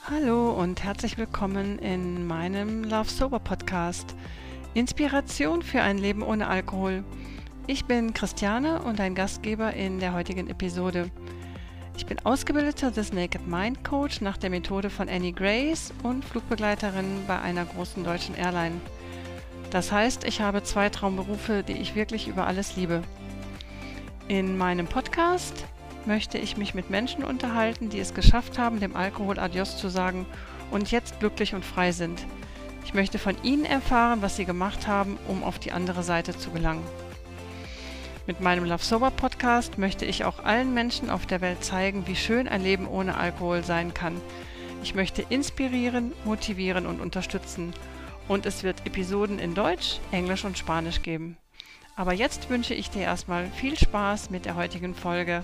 Hallo und herzlich willkommen in meinem Love Sober Podcast. Inspiration für ein Leben ohne Alkohol. Ich bin Christiane und ein Gastgeber in der heutigen Episode. Ich bin ausgebildeter des Naked Mind Coach nach der Methode von Annie Grace und Flugbegleiterin bei einer großen deutschen Airline. Das heißt, ich habe 2 Traumberufe, die ich wirklich über alles liebe. In meinem Podcast möchte ich mich mit Menschen unterhalten, die es geschafft haben, dem Alkohol Adios zu sagen und jetzt glücklich und frei sind. Ich möchte von ihnen erfahren, was sie gemacht haben, um auf die andere Seite zu gelangen. Mit meinem Love Sober Podcast möchte ich auch allen Menschen auf der Welt zeigen, wie schön ein Leben ohne Alkohol sein kann. Ich möchte inspirieren, motivieren und unterstützen. Und es wird Episoden in Deutsch, Englisch und Spanisch geben. Aber jetzt wünsche ich dir erstmal viel Spaß mit der heutigen Folge.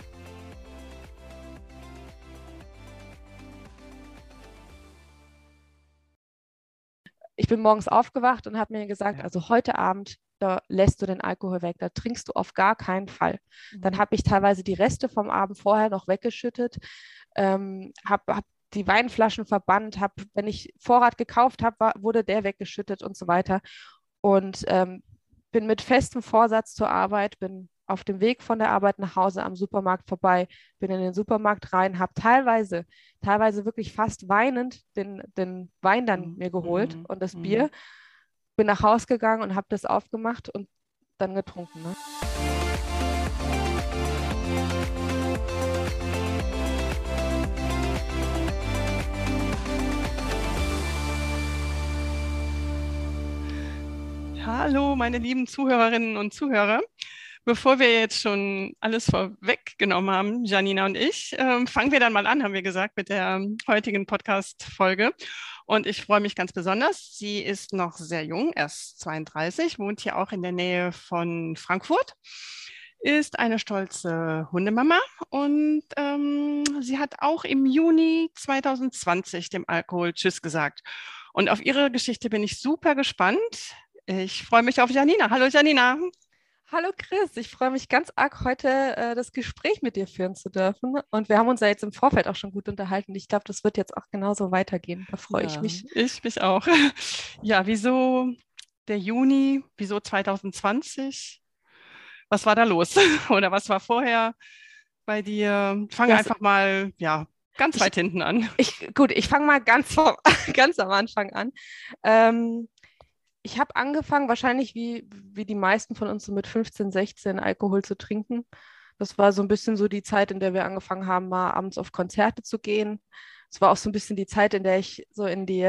Ich bin morgens aufgewacht und habe mir gesagt, Ja. also heute Abend, da lässt du den Alkohol weg, da trinkst du auf gar keinen Fall. Dann habe ich teilweise die Reste vom Abend vorher noch weggeschüttet, habe die Weinflaschen verbannt, wenn ich Vorrat gekauft habe, wurde der weggeschüttet und so weiter. Und bin mit festem Vorsatz zur Arbeit, bin auf dem Weg von der Arbeit nach Hause am Supermarkt vorbei, bin in den Supermarkt rein, habe teilweise wirklich fast weinend den Wein dann mir geholt und das Bier, bin nach Hause gegangen und habe das aufgemacht und dann getrunken. Ne? Hallo, meine lieben Zuhörerinnen und Zuhörer. Bevor wir jetzt schon alles vorweggenommen haben, Janina und ich, fangen wir dann mal an, haben wir gesagt, mit der heutigen Podcast-Folge. Und ich freue mich ganz besonders. Sie ist noch sehr jung, erst 32, wohnt hier auch in der Nähe von Frankfurt, ist eine stolze Hundemama und sie hat auch im Juni 2020 dem Alkohol Tschüss gesagt. Und auf ihre Geschichte bin ich super gespannt. Ich freue mich auf Janina. Hallo Janina. Hallo Chris, ich freue mich ganz arg, heute das Gespräch mit dir führen zu dürfen. Und wir haben uns ja jetzt im Vorfeld auch schon gut unterhalten. Ich glaube, das wird jetzt auch genauso weitergehen. Da freue ich Ja, mich. ich mich auch. Ja, wieso der Juni? Wieso 2020? Was war da los? Oder was war vorher bei dir? Fange Ja, einfach mal, ja, ganz ich, weit hinten an. ich fange mal ganz am Anfang an. Ähm, Ich habe angefangen, wahrscheinlich wie die meisten von uns so mit 15, 16 Alkohol zu trinken. Das war so ein bisschen so die Zeit, in der wir angefangen haben, mal abends auf Konzerte zu gehen. Es war auch so ein bisschen die Zeit, in der ich so in die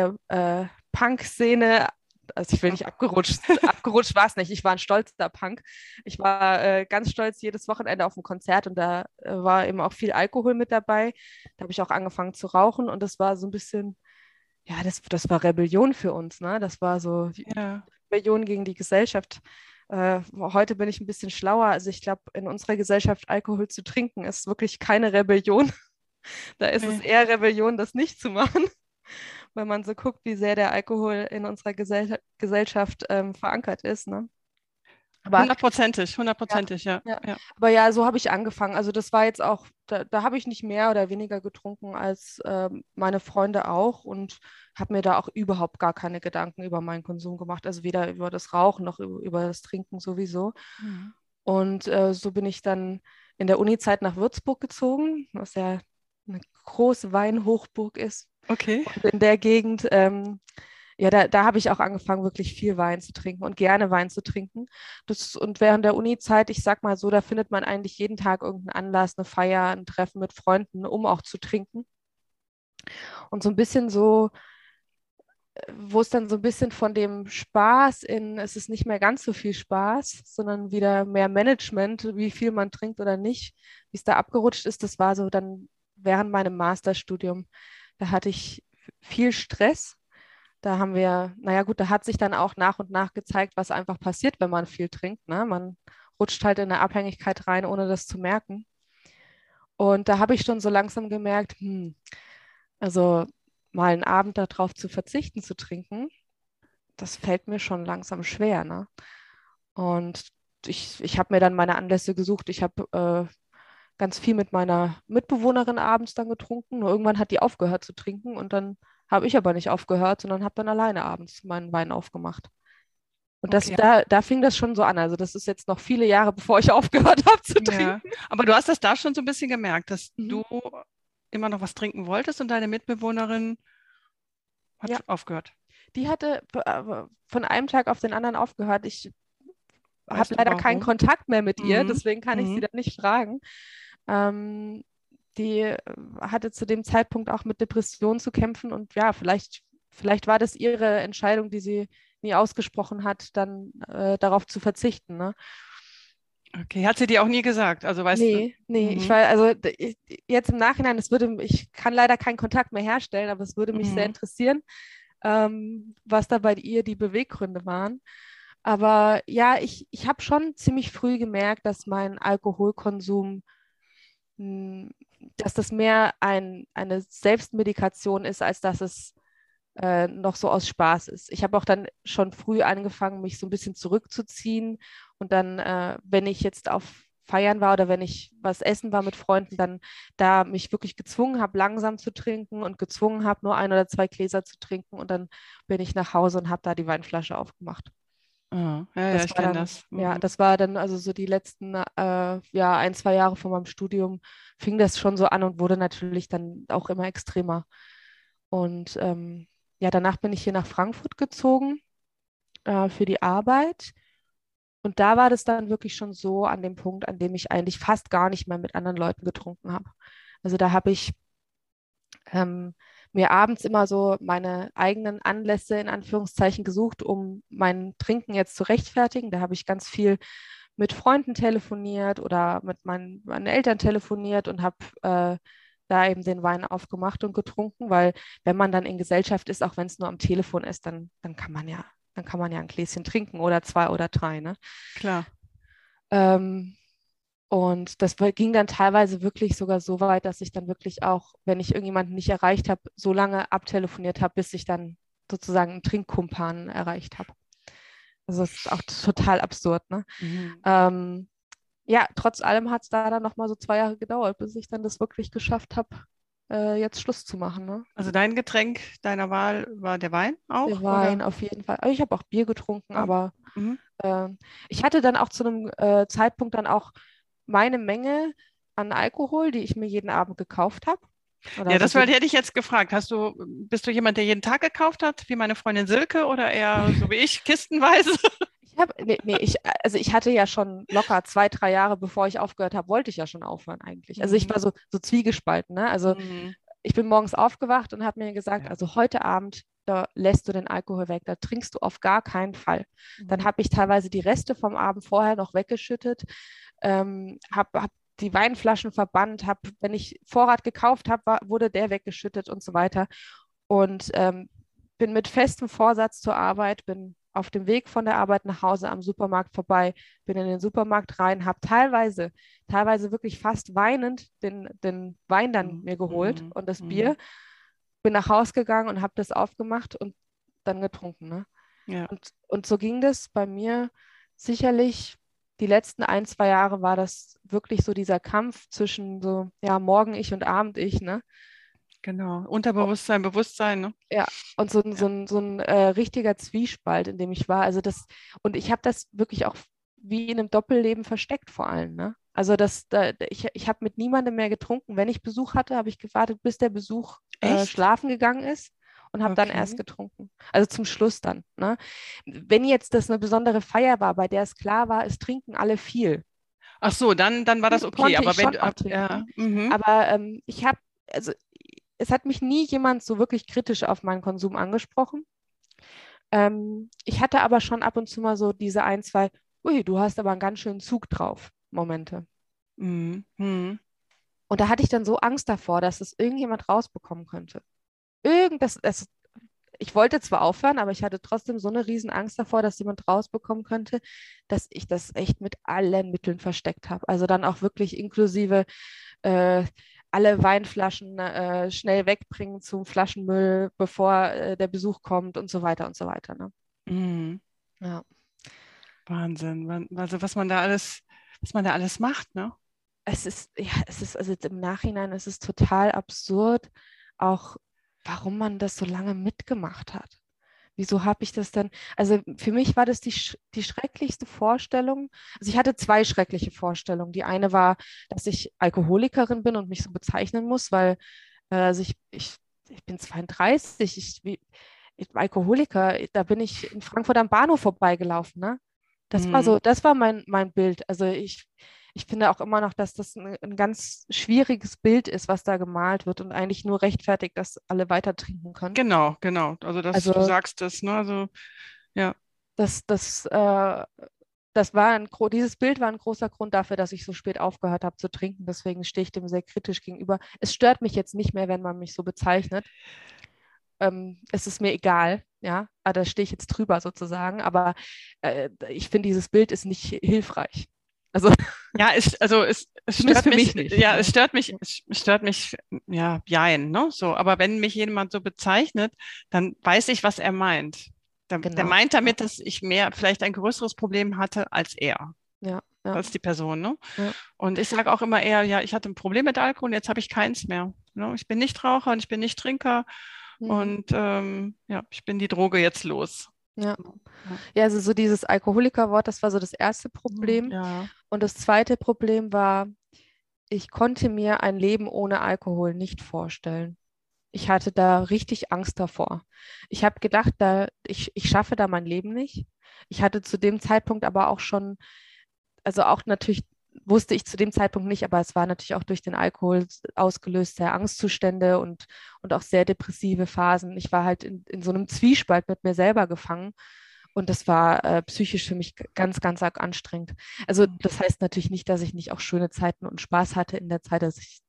Punk-Szene, also ich will nicht abgerutscht war es nicht, ich war ein stolzer Punk. Ich war ganz stolz jedes Wochenende auf dem Konzert und da war eben auch viel Alkohol mit dabei. Da habe ich auch angefangen zu rauchen und das war so ein bisschen ja, das war Rebellion für uns, ne? Das war so die Ja, Rebellion gegen die Gesellschaft. Heute bin ich ein bisschen schlauer. Also ich glaube, in unserer Gesellschaft Alkohol zu trinken ist wirklich keine Rebellion. Da ist es nee. eher Rebellion, das nicht zu machen, wenn man so guckt, wie sehr der Alkohol in unserer Gesellschaft verankert ist, ne? Aber ja, Hundertprozentig, ja, ja. ja. Aber ja, so habe ich angefangen. Also das war jetzt auch, da habe ich nicht mehr oder weniger getrunken als meine Freunde auch und habe mir da auch überhaupt gar keine Gedanken über meinen Konsum gemacht. Also weder über das Rauchen noch über das Trinken sowieso. Mhm. Und so bin ich dann in der Uni-Zeit nach Würzburg gezogen, was ja eine große Weinhochburg ist. Okay. Und in der Gegend ja, da habe ich auch angefangen, wirklich viel Wein zu trinken und gerne Wein zu trinken. Und während der Uni-Zeit, ich sag mal so, da findet man eigentlich jeden Tag irgendeinen Anlass, eine Feier, ein Treffen mit Freunden, um auch zu trinken. Und so ein bisschen so, wo es dann so ein bisschen von dem Spaß es ist nicht mehr ganz so viel Spaß, sondern wieder mehr Management, wie viel man trinkt oder nicht, wie es da abgerutscht ist, das war so dann während meinem Masterstudium. Da hatte ich viel Stress. Da haben wir, naja gut, da hat sich dann auch nach und nach gezeigt, was einfach passiert, wenn man viel trinkt. Ne? Man rutscht halt in eine Abhängigkeit rein, ohne das zu merken. Und da habe ich schon so langsam gemerkt, also mal einen Abend darauf zu verzichten, zu trinken, das fällt mir schon langsam schwer. Ne? Und ich habe mir dann meine Anlässe gesucht. Ich habe ganz viel mit meiner Mitbewohnerin abends dann getrunken. Nur irgendwann hat die aufgehört zu trinken und dann habe ich aber nicht aufgehört, sondern habe dann alleine abends meinen Wein aufgemacht. Und Okay, da fing das schon so an. Also das ist jetzt noch viele Jahre, bevor ich aufgehört habe zu ja. trinken. Aber du hast das da schon so ein bisschen gemerkt, dass Mhm. du immer noch was trinken wolltest und deine Mitbewohnerin Ja, hat aufgehört. die hatte von einem Tag auf den anderen aufgehört. Ich habe Weißt du leider keinen warum? Kontakt mehr mit ihr, Mhm. deswegen kann ich sie Mhm. da nicht fragen. Ähm, die hatte zu dem Zeitpunkt auch mit Depressionen zu kämpfen und ja, vielleicht war das ihre Entscheidung, die sie nie ausgesprochen hat, dann darauf zu verzichten. Ne? Okay, hat sie dir auch nie gesagt? Also weißt du, Nee, ich mhm. war, also jetzt im Nachhinein, ich kann leider keinen Kontakt mehr herstellen, aber es würde mich sehr Mhm. interessieren, was da bei ihr die Beweggründe waren. Aber ja, ich habe schon ziemlich früh gemerkt, dass mein Alkoholkonsum, mh, dass das mehr eine Selbstmedikation ist, als dass es noch so aus Spaß ist. Ich habe auch dann schon früh angefangen, mich so ein bisschen zurückzuziehen und dann, wenn ich jetzt auf Feiern war oder wenn ich was essen war mit Freunden, dann da mich wirklich gezwungen habe, langsam zu trinken und gezwungen habe, nur ein oder zwei Gläser zu trinken und dann bin ich nach Hause und habe da die Weinflasche aufgemacht. Ah, ja, ja, Das ich war kenne dann, das. ja, Mhm. das war dann also so die letzten, ja, ein, zwei Jahre von meinem Studium fing das schon so an und wurde natürlich dann auch immer extremer. Und ja, danach bin ich hier nach Frankfurt gezogen für die Arbeit. Und da war das dann wirklich schon so an dem Punkt, an dem ich eigentlich fast gar nicht mehr mit anderen Leuten getrunken habe. Also da habe ich ähm, mir abends immer so meine eigenen Anlässe in Anführungszeichen gesucht, um mein Trinken jetzt zu rechtfertigen. Da habe ich ganz viel mit Freunden telefoniert oder mit meinen Eltern telefoniert und habe da eben den Wein aufgemacht und getrunken, weil wenn man dann in Gesellschaft ist, auch wenn es nur am Telefon ist, dann kann man ja ein Gläschen trinken oder zwei oder drei, ne? Klar. Ähm, und ging dann teilweise wirklich sogar so weit, dass ich dann wirklich auch, wenn ich irgendjemanden nicht erreicht habe, so lange abtelefoniert habe, bis ich dann sozusagen einen Trinkkumpan erreicht habe. Also das ist auch total absurd, ne? Mhm. Ähm, ja, trotz allem hat es da dann nochmal so 2 Jahre gedauert, bis ich dann das wirklich geschafft habe, jetzt Schluss zu machen, ne? Also dein Getränk deiner Wahl war der Wein Der auch, Wein oder? auf jeden Fall. Aber ich habe auch Bier getrunken, Oh. aber Mhm. ich hatte dann auch zu einem Zeitpunkt dann auch meine Menge an Alkohol, die ich mir jeden Abend gekauft habe. Ja, Oder so das hätte ich jetzt gefragt. Bist du jemand, der jeden Tag gekauft hat, wie meine Freundin Silke, oder eher so wie ich, kistenweise? also ich hatte ja schon locker 2, 3 Jahre, bevor ich aufgehört habe, wollte ich ja schon aufhören eigentlich. Also ich Mhm. war so zwiegespalten, ne? Also Mhm. ich bin morgens aufgewacht und habe mir gesagt, Ja. also heute Abend, da lässt du den Alkohol weg, da trinkst du auf gar keinen Fall. Dann Mhm. habe ich teilweise die Reste vom Abend vorher noch weggeschüttet, hab die Weinflaschen verbannt, wenn ich Vorrat gekauft habe, wurde der weggeschüttet und so weiter. Und bin mit festem Vorsatz zur Arbeit, bin auf dem Weg von der Arbeit nach Hause am Supermarkt vorbei, bin in den Supermarkt rein, habe teilweise wirklich fast weinend den Wein dann Mhm. mir geholt Mhm. und das Bier, Mhm. bin nach Hause gegangen und habe das aufgemacht und dann getrunken. Ne? Ja, Und so ging das bei mir sicherlich. Die letzten ein, 2 Jahre war das wirklich so dieser Kampf zwischen so, ja, Morgen-Ich und Abend-Ich, ne? genau. Unterbewusstsein, Bewusstsein, ne? Ja, und Ja. so ein richtiger Zwiespalt, in dem ich war. Und ich habe das wirklich auch wie in einem Doppelleben versteckt vor allem, ne? Also ich habe mit niemandem mehr getrunken. Wenn ich Besuch hatte, habe ich gewartet, bis der Besuch Echt? schlafen gegangen ist und habe dann erst Okay. getrunken. Also zum Schluss dann, ne? Wenn jetzt das eine besondere Feier war, bei der es klar war, es trinken alle viel, Ach so, dann war das okay. konnte Aber ich wenn schon du, auch trinken. ja, mhm. Aber also es hat mich nie jemand so wirklich kritisch auf meinen Konsum angesprochen. Ich hatte aber schon ab und zu mal so diese ein, zwei, ui, du hast aber einen ganz schönen Zug drauf, Momente. Mhm. Mhm. Und da hatte ich dann so Angst davor, dass es irgendjemand rausbekommen könnte. Ich wollte zwar aufhören, aber ich hatte trotzdem so eine riesen Angst davor, dass jemand rausbekommen könnte, dass ich das echt mit allen Mitteln versteckt habe. Also dann auch wirklich inklusive äh, alle Weinflaschen schnell wegbringen zum Flaschenmüll, bevor der Besuch kommt und so weiter und so weiter. Ne? Mhm. Ja. Wahnsinn. Also was man da alles macht, ne? also jetzt im Nachhinein, es ist total absurd, auch warum man das so lange mitgemacht hat. Wieso habe ich das dann? Also für mich war das die schrecklichste Vorstellung. Also ich hatte zwei schreckliche Vorstellungen. Die eine war, dass ich Alkoholikerin bin und mich so bezeichnen muss, weil also ich bin 32, ich Alkoholiker, da bin ich in Frankfurt am Bahnhof vorbeigelaufen, ne? Mhm. Das war mein Bild. Also ich finde auch immer noch, dass das ein ganz schwieriges Bild ist, was da gemalt wird und eigentlich nur rechtfertigt, dass alle weiter trinken können. Genau, genau. Also du Also sagst das, ne? Also, ja. das, das, dieses Bild war ein großer Grund dafür, dass ich so spät aufgehört habe zu trinken. Deswegen stehe ich dem sehr kritisch gegenüber. Es stört mich jetzt nicht mehr, wenn man mich so bezeichnet. Es ist mir egal, ja, da stehe ich jetzt drüber sozusagen, aber ich finde, dieses Bild ist nicht hilfreich. Also Ja, es zumindest stört für mich, mich nicht. ja, Ja, es stört mich, ja, jein, ne? So, aber wenn mich jemand so bezeichnet, dann weiß ich, was er meint. Der genau. meint Ja, damit, dass ich vielleicht ein größeres Problem hatte als er, ja, ja, als die Person, ne? ja. Und ich sage auch immer eher, ja, ich hatte ein Problem mit Alkohol und jetzt habe ich keins mehr. Ne? Ich bin nicht Raucher und ich bin nicht Trinker Hm, und ja, ich bin die Droge jetzt los. ja. Ja, Ja, also so dieses Alkoholikerwort, das war so das erste Problem. ja. Und das zweite Problem war, ich konnte mir ein Leben ohne Alkohol nicht vorstellen. Ich hatte da richtig Angst davor. Ich habe gedacht, ich schaffe da mein Leben nicht. Ich hatte zu dem Zeitpunkt aber auch schon, also auch natürlich wusste ich zu dem Zeitpunkt nicht, aber es war natürlich auch durch den Alkohol ausgelöst, sehr Angstzustände und auch sehr depressive Phasen. Ich war halt in so einem Zwiespalt mit mir selber gefangen und das war psychisch für mich ganz, ganz arg anstrengend. Also das heißt natürlich nicht, dass ich nicht auch schöne Zeiten und Spaß hatte in der Zeit,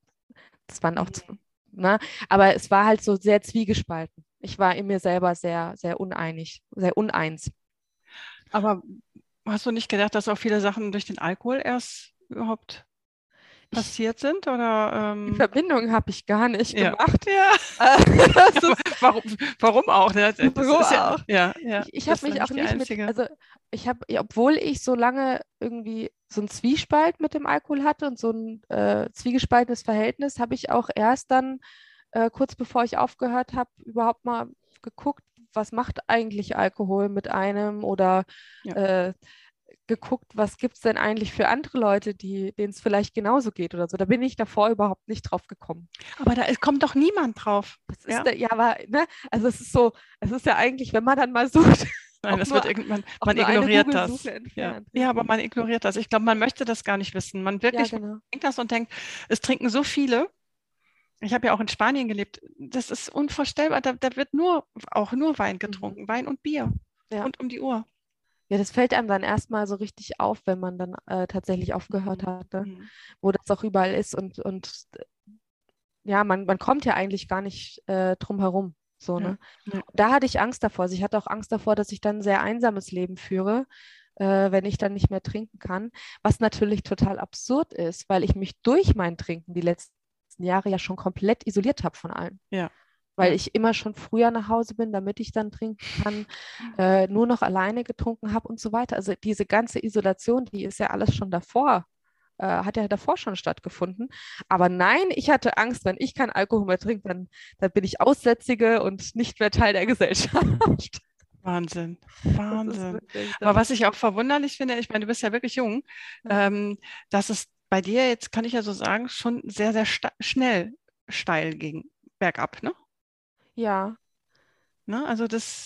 das waren auch, Mhm. ne? Aber es war halt so sehr zwiegespalten. Ich war in mir selber sehr, sehr uneinig, sehr uneins. Aber hast du nicht gedacht, dass auch viele Sachen durch den Alkohol erst überhaupt Ich, passiert sind? Oder die Verbindung habe ich gar nicht ja. gemacht. Ja, Das ist warum, warum auch? Ne? Das so ist ja, auch. ja, ja, Ich habe bist du mich auch nicht die nicht Einzige. also obwohl ich so lange irgendwie so einen Zwiespalt mit dem Alkohol hatte und so ein zwiegespaltenes Verhältnis, habe ich auch erst dann, kurz bevor ich aufgehört habe, überhaupt mal geguckt, was macht eigentlich Alkohol mit einem oder Ja. äh, geguckt, was gibt es denn eigentlich für andere Leute, denen es vielleicht genauso geht oder so. Da bin ich davor überhaupt nicht drauf gekommen. Aber kommt doch niemand drauf. Das ist Ja? da, ja, aber, ne, also es ist so, es ist ja eigentlich, wenn man dann mal sucht, Nein, auch man nur eine ignoriert das. Google-Suche Ja. entfernt. Ja, Ja, aber man ignoriert das. Ich glaube, man möchte das gar nicht wissen. ja, Man genau. denkt das und denkt, es trinken so viele. Ich habe ja auch in Spanien gelebt. Das ist unvorstellbar. Da wird auch nur Wein Mhm. getrunken. Wein und Bier. Ja. Rund um die Uhr. Ja, das fällt einem dann erstmal so richtig auf, wenn man dann tatsächlich aufgehört Mhm. hat, ne? Mhm. Wo das auch überall ist und ja, man kommt ja eigentlich gar nicht drum herum. So, Ja. ne? Ja. Und da hatte ich Angst davor. Also ich hatte auch Angst davor, dass ich dann ein sehr einsames Leben führe, wenn ich dann nicht mehr trinken kann. Was natürlich total absurd ist, weil ich mich durch mein Trinken die letzten Jahre ja schon komplett isoliert habe von allen. Ja. Weil Ja. ich immer schon früher nach Hause bin, damit ich dann trinken kann, nur noch alleine getrunken habe und so weiter. Also diese ganze Isolation, die ist ja alles schon davor, hat ja davor schon stattgefunden. Aber nein, ich hatte Angst, wenn ich keinen Alkohol mehr trinke, dann bin ich Aussätzige und nicht mehr Teil der Gesellschaft. Wahnsinn, Das ist Wahnsinn. wirklich, Aber das was ist ich auch verwunderlich finde, ich meine, du bist ja wirklich jung, ja. ähm, dass es bei dir jetzt, kann ich ja so sagen, schon sehr, sehr schnell steil ging, bergab, ne? Ja, Ne? Also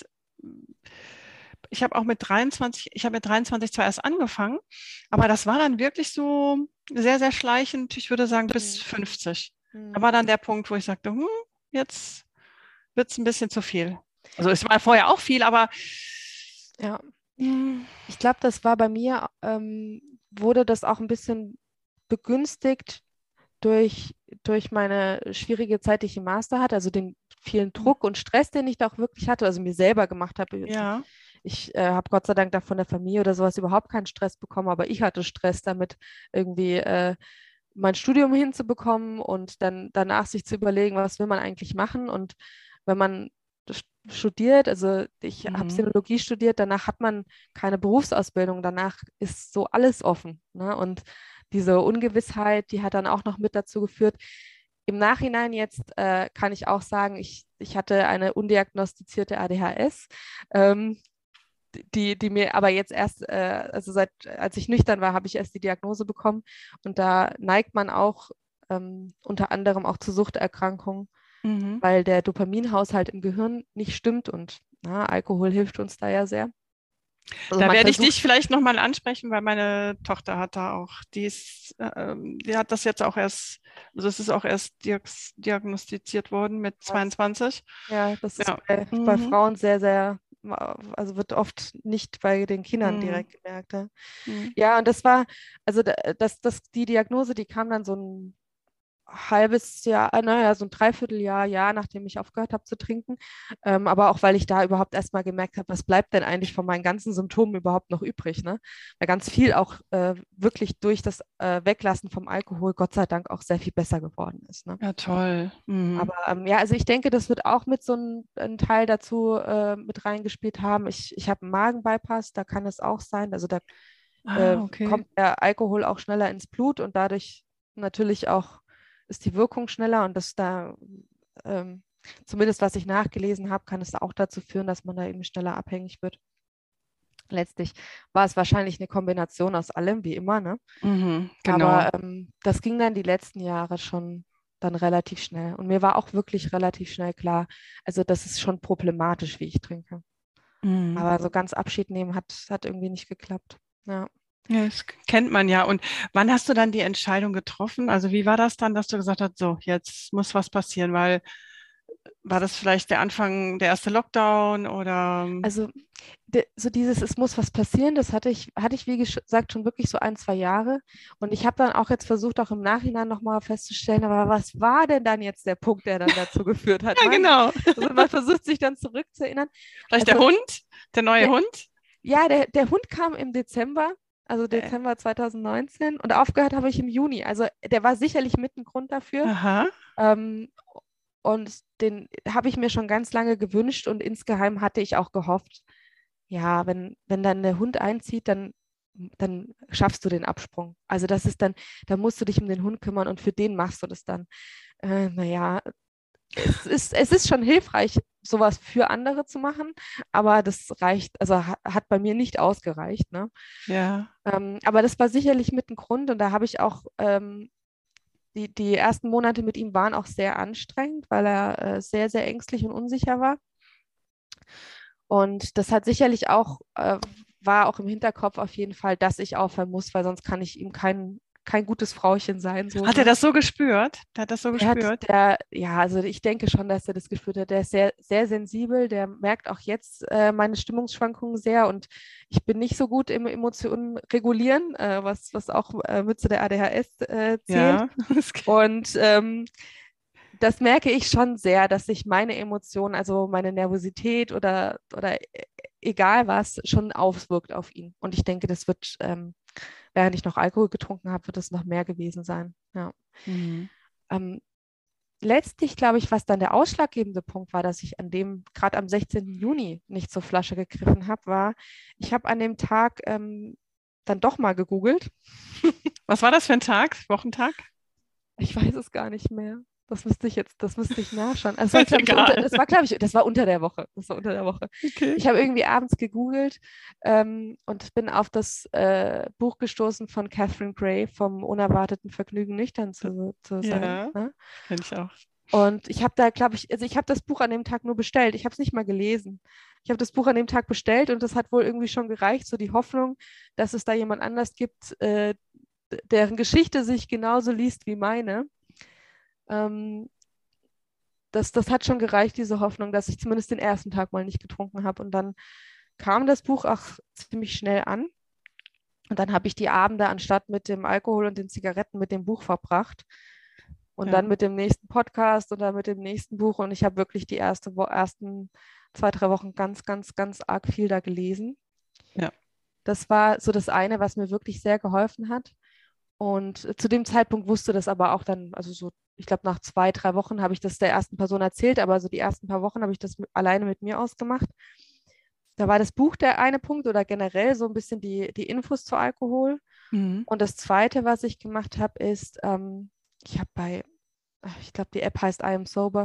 ich habe auch ich habe mit 23 zwar erst angefangen, aber das war dann wirklich so sehr, sehr schleichend, ich würde sagen bis hm, 50. Da hm, war dann der Punkt, wo ich sagte, jetzt wird es ein bisschen zu viel. Also es war vorher auch viel, aber ja. hm, Ich glaube, das war bei mir, wurde das auch ein bisschen begünstigt durch meine schwierige Zeit, die ich im Master hatte, also den vielen Druck und Stress, den ich da auch wirklich hatte, also mir selber gemacht habe. ja. Ich habe Gott sei Dank da von der Familie oder sowas überhaupt keinen Stress bekommen, aber ich hatte Stress damit, irgendwie mein Studium hinzubekommen und dann danach sich zu überlegen, was will man eigentlich machen. Und wenn man studiert, also ich habe Mhm. Sinologie studiert, danach hat man keine Berufsausbildung, danach ist so alles offen. Ne? Und diese Ungewissheit, die hat dann auch noch mit dazu geführt. Im Nachhinein jetzt kann ich auch sagen, ich hatte eine undiagnostizierte ADHS, ähm, die mir aber jetzt erst, also als ich nüchtern war, habe ich erst die Diagnose bekommen. Und da neigt man auch unter anderem auch zu Suchterkrankungen, Mhm. weil der Dopaminhaushalt im Gehirn nicht stimmt und Alkohol hilft uns da ja sehr. Also Da man werde ich versucht, dich vielleicht nochmal ansprechen, weil meine Tochter hat da auch, die hat das jetzt auch erst, also es ist auch erst diagnostiziert worden mit 22. ja, das ist Ja. bei Mhm. Frauen sehr, sehr, also wird oft nicht bei den Kindern Mhm. direkt gemerkt. Ja, Mhm. ja und das war, also die Diagnose, die kam dann so ein halbes Jahr, naja, so ein Dreivierteljahr, nachdem ich aufgehört habe zu trinken. Aber auch, weil ich da überhaupt erstmal gemerkt habe, was bleibt denn eigentlich von meinen ganzen Symptomen überhaupt noch übrig, ne? Weil ganz viel auch wirklich durch das Weglassen vom Alkohol, Gott sei Dank, auch sehr viel besser geworden ist, ne? Ja, toll. Mhm. Aber ja, also ich denke, das wird auch mit so ein Teil dazu mit reingespielt haben. Ich habe einen Magenbypass, da kann es auch sein. Also da Ah, okay. kommt der Alkohol auch schneller ins Blut und dadurch natürlich auch ist die Wirkung schneller und das da, ähm, zumindest was ich nachgelesen habe, kann es auch dazu führen, dass man da eben schneller abhängig wird. Letztlich war es wahrscheinlich eine Kombination aus allem, wie immer, ne? Mhm, genau. Aber das ging dann die letzten Jahre schon dann relativ schnell. Und mir war auch wirklich relativ schnell klar, also das ist schon problematisch, wie ich trinke. Mhm. Aber so ganz Abschied nehmen hat irgendwie nicht geklappt. Ja. Ja, das kennt man ja. Und wann hast du dann die Entscheidung getroffen? Also wie war das dann, dass du gesagt hast, so, jetzt muss was passieren? Weil war das vielleicht der Anfang, der erste Lockdown oder? Also so dieses, es muss was passieren, das hatte ich, wie gesagt, schon wirklich so 1, 2 Jahre. Und ich habe dann auch jetzt versucht, auch im Nachhinein nochmal festzustellen, aber was war denn dann jetzt der Punkt, der dann dazu geführt hat? Ja, genau. Also man versucht sich dann zurückzuerinnern. Vielleicht der Also Hund, der neue der, Hund? ja, der Hund kam im Dezember, also Äh, Dezember 2019 und aufgehört habe ich im Juni. Also der war sicherlich mit ein Grund dafür. aha. Ähm, und den habe ich mir schon ganz lange gewünscht und insgeheim hatte ich auch gehofft, ja, wenn dann der Hund einzieht, dann schaffst du den Absprung. Also das ist dann, da musst du dich um den Hund kümmern und für den machst du das dann. Naja, es ist schon hilfreich, sowas für andere zu machen, aber das reicht, also hat bei mir nicht ausgereicht, ne? Ja. Aber das war sicherlich mit ein Grund und da habe ich auch die ersten Monate mit ihm waren auch sehr anstrengend, weil er sehr, sehr ängstlich und unsicher war. Und das hat sicherlich auch, war auch im Hinterkopf auf jeden Fall, dass ich aufhören muss, weil sonst kann ich ihm kein gutes Frauchen sein, so, Hat er ne? das so gespürt? Der hat das so gespürt? Ja, also ich denke schon, dass er das gespürt hat. Der ist sehr, sehr sensibel, der merkt auch jetzt meine Stimmungsschwankungen sehr und ich bin nicht so gut im Emotionen regulieren, was auch mit zu der ADHS zählt. Ja. Und das merke ich schon sehr, dass sich meine Emotionen, also meine Nervosität oder egal was, schon auswirkt auf ihn. Und ich denke, das wird, während ich noch Alkohol getrunken habe, wird es noch mehr gewesen sein. Ja. Mhm. Ähm, Letztlich glaube ich, was dann der ausschlaggebende Punkt war, dass ich gerade am 16. Juni nicht zur Flasche gegriffen habe, war, ich habe an dem Tag dann doch mal gegoogelt. Was war das für ein Tag? Wochentag? Ich weiß es gar nicht mehr. Das müsste ich nachschauen. Also Ist egal. das war unter der Woche. Das war unter der Woche. Okay. Ich habe irgendwie abends gegoogelt und bin auf das Buch gestoßen von Catherine Gray vom unerwarteten Vergnügen, nüchtern zu sein. Ja, Ne? kenne ich auch. Und ich habe da, glaube ich, also ich habe das Buch an dem Tag nur bestellt. Ich habe es nicht mal gelesen. Ich habe das Buch an dem Tag bestellt und das hat wohl irgendwie schon gereicht, so die Hoffnung, dass es da jemand anders gibt, deren Geschichte sich genauso liest wie meine. Ähm, das hat schon gereicht, diese Hoffnung, dass ich zumindest den ersten Tag mal nicht getrunken habe. Und dann kam das Buch auch ziemlich schnell an. Und dann habe ich die Abende anstatt mit dem Alkohol und den Zigaretten mit dem Buch verbracht. Und Ja. dann mit dem nächsten Podcast und dann mit dem nächsten Buch. Und ich habe wirklich die ersten 2, 3 Wochen ganz, ganz, ganz arg viel da gelesen. Ja. Das war so das eine, was mir wirklich sehr geholfen hat. Und zu dem Zeitpunkt wusste das aber auch dann, also so, ich glaube, nach 2, 3 Wochen habe ich das der ersten Person erzählt, aber so die ersten paar Wochen habe ich das alleine mit mir ausgemacht. Da war das Buch der eine Punkt oder generell so ein bisschen die Infos zu Alkohol. Mhm. Und das Zweite, was ich gemacht habe, ist, ich habe ich glaube, die App heißt I Am Sober.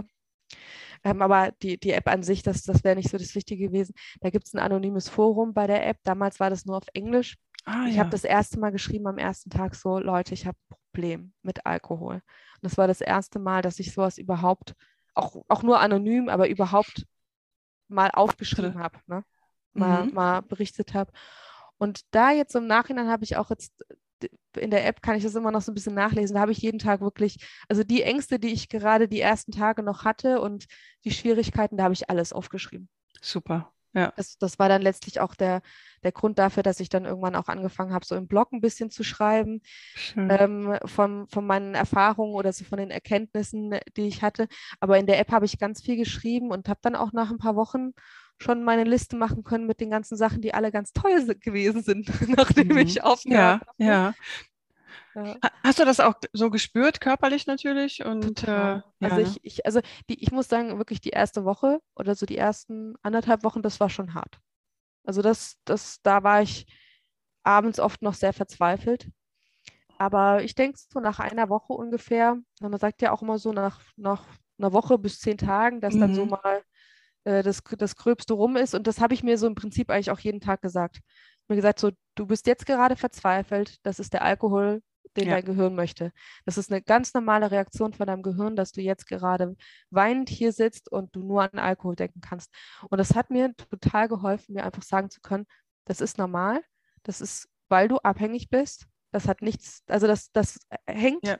Aber die App an sich, das wäre nicht so das Wichtige gewesen. Da gibt es ein anonymes Forum bei der App. Damals war das nur auf Englisch. Ah Ich habe ja, das erste Mal geschrieben am ersten Tag so, Leute, ich habe ein Problem mit Alkohol. Und das war das erste Mal, dass ich sowas überhaupt, auch nur anonym, aber überhaupt mal aufgeschrieben habe, ne? mhm. Mal berichtet habe. Und da jetzt im Nachhinein habe ich auch jetzt in der App kann ich das immer noch so ein bisschen nachlesen. Da habe ich jeden Tag wirklich, also die Ängste, die ich gerade die ersten Tage noch hatte und die Schwierigkeiten, da habe ich alles aufgeschrieben. Super. Ja, Das war dann letztlich auch der Grund dafür, dass ich dann irgendwann auch angefangen habe, so im Blog ein bisschen zu schreiben, schön. von meinen Erfahrungen oder so von den Erkenntnissen, die ich hatte. Aber in der App habe ich ganz viel geschrieben und habe dann auch nach ein paar Wochen schon meine Liste machen können mit den ganzen Sachen, die alle ganz toll gewesen sind, nachdem Mhm. ich aufgehört Ja, habe. ja. Ja. Hast du das auch so gespürt, körperlich natürlich? Und Total. ja, ne? Also ich muss sagen, wirklich die erste Woche oder so die ersten 1,5 Wochen, das war schon hart. Also da war ich abends oft noch sehr verzweifelt. Aber ich denke, so nach einer Woche ungefähr, na, man sagt ja auch immer so nach einer Woche bis 10 Tagen, dass dann so Mhm. mal das Gröbste rum ist. Und das habe ich mir so im Prinzip eigentlich auch jeden Tag gesagt. Mir gesagt, so, du bist jetzt gerade verzweifelt, das ist der Alkohol, den Ja, dein Gehirn möchte. Das ist eine ganz normale Reaktion von deinem Gehirn, dass du jetzt gerade weinend hier sitzt und du nur an Alkohol denken kannst. Und das hat mir total geholfen, mir einfach sagen zu können, das ist normal, das ist, weil du abhängig bist. Das hat nichts, also das hängt ja,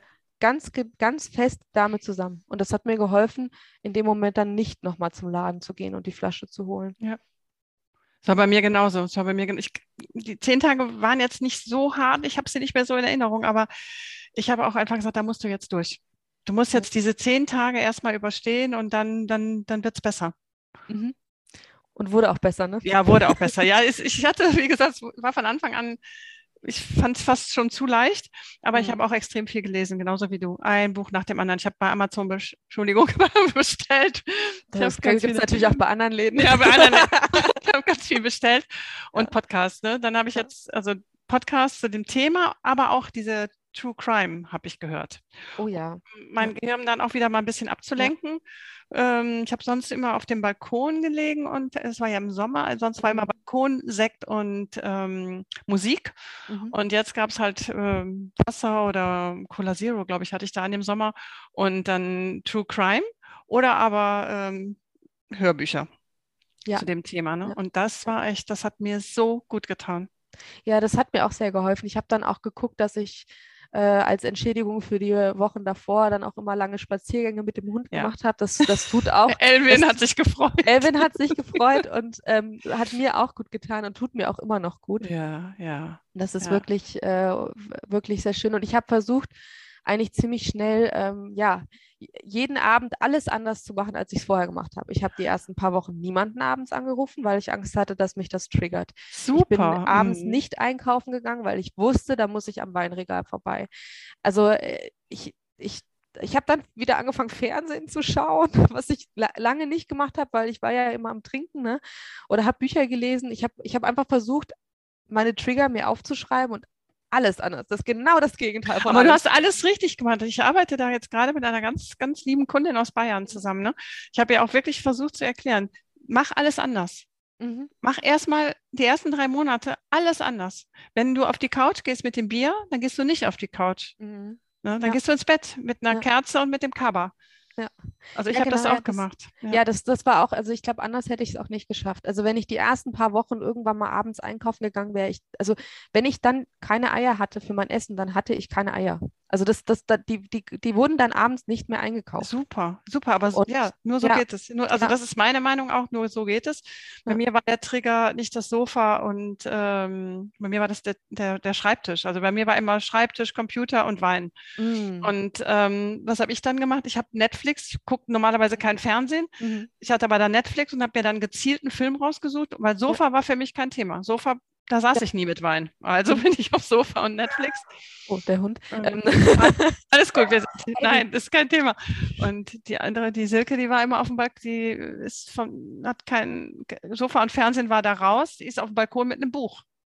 ganz fest damit zusammen. Und das hat mir geholfen, in dem Moment dann nicht nochmal zum Laden zu gehen und die Flasche zu holen. ja. Es war bei mir genauso. Es war bei mir, die 10 Tage waren jetzt nicht so hart. Ich habe sie nicht mehr so in Erinnerung, aber ich habe auch einfach gesagt, da musst du jetzt durch. Du musst Ja. jetzt diese 10 Tage erstmal überstehen und dann wird es besser. Mhm. Und wurde auch besser, ne? Ja, wurde auch besser. Ja, ich hatte, wie gesagt, es war von Anfang an, ich fand es fast schon zu leicht, aber ich habe Mhm. auch extrem viel gelesen, genauso wie du. Ein Buch nach dem anderen. Ich habe bei Amazon, Entschuldigung, bestellt. Ich habe Das ganz gibt es viele, natürlich auch bei anderen Läden. ja, bei anderen, ich habe ganz viel bestellt Ja, und Podcasts. Ne? Dann habe ich ja. jetzt, also Podcasts zu dem Thema, aber auch diese True Crime habe ich gehört, Oh ja. Ja, mein Gehirn dann auch wieder mal ein bisschen ja. abzulenken. Ich habe sonst immer auf dem Balkon gelegen und es war ja im Sommer, also sonst war immer Mhm. Balkon, Sekt und Musik. Mhm. Und jetzt gab es halt Wasser oder Cola Zero, glaube ich, hatte ich da in dem Sommer. Und dann True Crime oder aber Hörbücher Ja, zu dem Thema. Ne? ja. Und das war echt, das hat mir so gut getan. Ja, das hat mir auch sehr geholfen. Ich habe dann auch geguckt, dass ich als Entschädigung für die Wochen davor dann auch immer lange Spaziergänge mit dem Hund Ja. gemacht habe. Das tut auch, Elvin das hat sich gefreut. Elvin hat sich gefreut und hat mir auch gut getan und tut mir auch immer noch gut. Ja, ja, Das ist ja. wirklich sehr schön. Und ich habe versucht, eigentlich ziemlich schnell, ja, jeden Abend alles anders zu machen, als ich es vorher gemacht habe. Ich habe die ersten paar Wochen niemanden abends angerufen, weil ich Angst hatte, dass mich das triggert. Ich bin Super. abends Mhm. nicht einkaufen gegangen, weil ich wusste, da muss ich am Weinregal vorbei. Also ich habe dann wieder angefangen, Fernsehen zu schauen, was ich lange nicht gemacht habe, weil ich war ja immer am Trinken, ne? Oder habe Bücher gelesen. Ich hab einfach versucht, meine Trigger mir aufzuschreiben und alles anders. Das ist genau das Gegenteil von Aber du allem. hast alles richtig gemacht. Ich arbeite da jetzt gerade mit einer ganz, ganz lieben Kundin aus Bayern zusammen. Ne? Ich habe ja auch wirklich versucht zu erklären, mach alles anders. Mhm. Mach erstmal die ersten 3 Monate alles anders. Wenn du auf die Couch gehst mit dem Bier, dann gehst du nicht auf die Couch. Mhm. Ne? Dann Ja, gehst du ins Bett mit einer ja, Kerze und mit dem Kaba. ja. Also ich Ja, habe das genau, ja, auch gemacht. Ja. das war auch, also ich glaube, anders hätte ich es auch nicht geschafft. Also wenn ich die ersten paar Wochen irgendwann mal abends einkaufen gegangen wäre, also wenn ich dann keine Eier hatte für mein Essen, dann hatte ich keine Eier. Also die wurden dann abends nicht mehr eingekauft. Super, super, aber Und ja, nur so ja, geht es. Nur, also ja, das ist meine Meinung auch, nur so geht es. Bei ja. mir war der Trigger nicht das Sofa und bei mir war das der Schreibtisch. Also bei mir war immer Schreibtisch, Computer und Wein. Mm. Und was habe ich dann gemacht? Ich habe Netflix, ich gucke normalerweise kein Fernsehen. Mhm. Ich hatte aber dann Netflix und habe mir dann gezielt einen Film rausgesucht, weil Ja, Sofa war für mich kein Thema. Sofa, da saß ja. ich nie mit Wein. Also Mhm. bin ich auf Sofa und Netflix. Oh, der Hund. Ah, alles gut, Eddie. nein, das ist kein Thema. Und die andere, die Silke, die war immer auf dem Balkon, hat kein Sofa und Fernsehen war da raus, die ist auf dem Balkon mit einem Buch.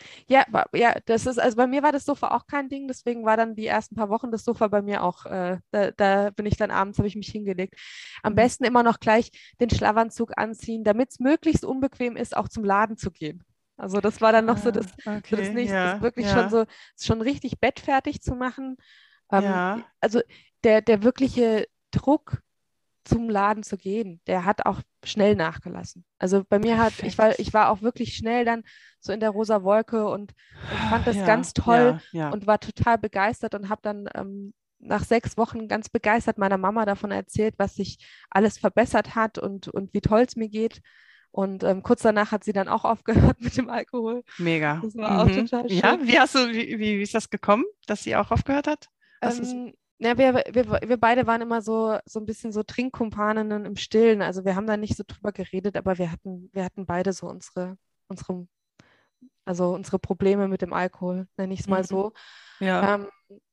Ja, das ist, also bei mir war das Sofa auch kein Ding, deswegen war dann die ersten paar Wochen das Sofa bei mir auch, da bin ich dann abends, habe ich mich hingelegt. Am Mhm. besten immer noch gleich den Schlafanzug anziehen, damit es möglichst unbequem ist, auch zum Laden zu gehen. Also das war dann noch Ah, so das okay, nächste, das ja, wirklich schon ja, so, schon richtig bettfertig zu machen. Ähm, ja, also der wirkliche Druck zum Laden zu gehen, der hat auch schnell nachgelassen. Also bei mir ich perfekt. war auch wirklich schnell dann so in der rosa Wolke und fand das Ja, ganz toll ja, ja. und war total begeistert und habe dann nach 6 Wochen ganz begeistert meiner Mama davon erzählt, was sich alles verbessert hat und wie toll es mir geht. Und kurz danach hat sie dann auch aufgehört mit dem Alkohol. Mega. Das war auch Mhm. total Ja, schön. wie ist das gekommen, dass sie auch aufgehört hat? Hast du sie? Ja, wir beide waren immer so ein bisschen so Trinkkumpaninnen im Stillen. Also wir haben da nicht so drüber geredet, aber wir hatten beide so unsere, also unsere Probleme mit dem Alkohol, nenne ich es mal Mhm. so. Ja. Ähm,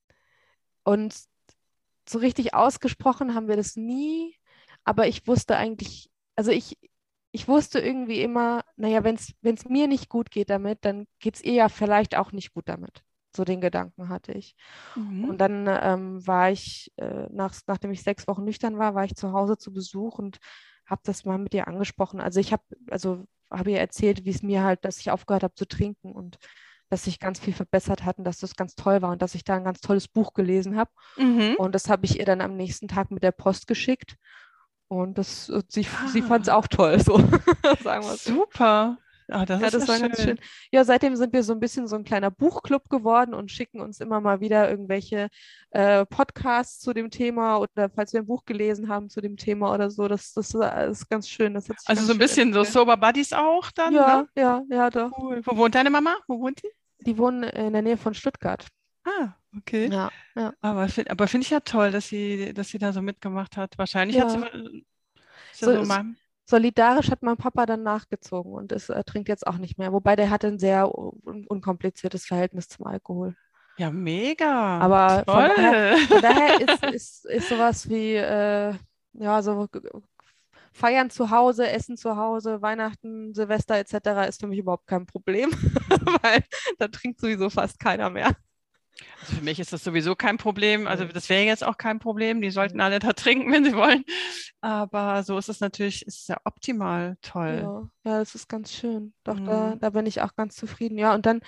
und so richtig ausgesprochen haben wir das nie, aber ich wusste eigentlich, also ich wusste irgendwie immer, naja, wenn es mir nicht gut geht damit, dann geht es ihr ja vielleicht auch nicht gut damit. So den Gedanken hatte ich. Mhm. Und dann war ich, nachdem ich 6 Wochen nüchtern war, war ich zu Hause zu Besuch und habe das mal mit ihr angesprochen. Habe ihr erzählt, wie es mir halt, dass ich aufgehört habe zu trinken und dass sich ganz viel verbessert hat und dass das ganz toll war und dass ich da ein ganz tolles Buch gelesen habe. Mhm. Und das habe ich ihr dann am nächsten Tag mit der Post geschickt. Und sie fand es Ah, auch toll, so sagen wir es so. super. Ah, das Ja, ist ja das war ganz schön. schön. Ja, seitdem sind wir so ein bisschen so ein kleiner Buchclub geworden und schicken uns immer mal wieder irgendwelche Podcasts zu dem Thema oder falls wir ein Buch gelesen haben zu dem Thema oder so. Das ist ganz schön. Das hat sich Also ganz so ein schön bisschen so entwickelt. Sober Buddies auch dann, ne? Ja, doch. Cool. Wo wohnt deine Mama? Wo wohnt die? Die wohnen in der Nähe von Stuttgart. Ah, okay. Ja, Aber finde ich ja toll, dass sie da so mitgemacht hat. Wahrscheinlich hat sie, ja. ist ja So, so mein, solidarisch hat mein Papa dann nachgezogen und trinkt jetzt auch nicht mehr. Wobei der hat ein sehr unkompliziertes Verhältnis zum Alkohol. ja, mega. Aber Toll. von daher ist sowas wie, ja, so Feiern zu Hause, Essen zu Hause, Weihnachten, Silvester etc. ist für mich überhaupt kein Problem, weil da trinkt sowieso fast keiner mehr. Also für mich ist das sowieso kein Problem. Also Nee, das wäre jetzt auch kein Problem. Die nee. sollten alle da trinken, wenn sie wollen. Aber so ist es natürlich, ist ja optimal toll. Ja, das ist ganz schön. Doch, Mhm. da bin ich auch ganz zufrieden. Ja, und dann,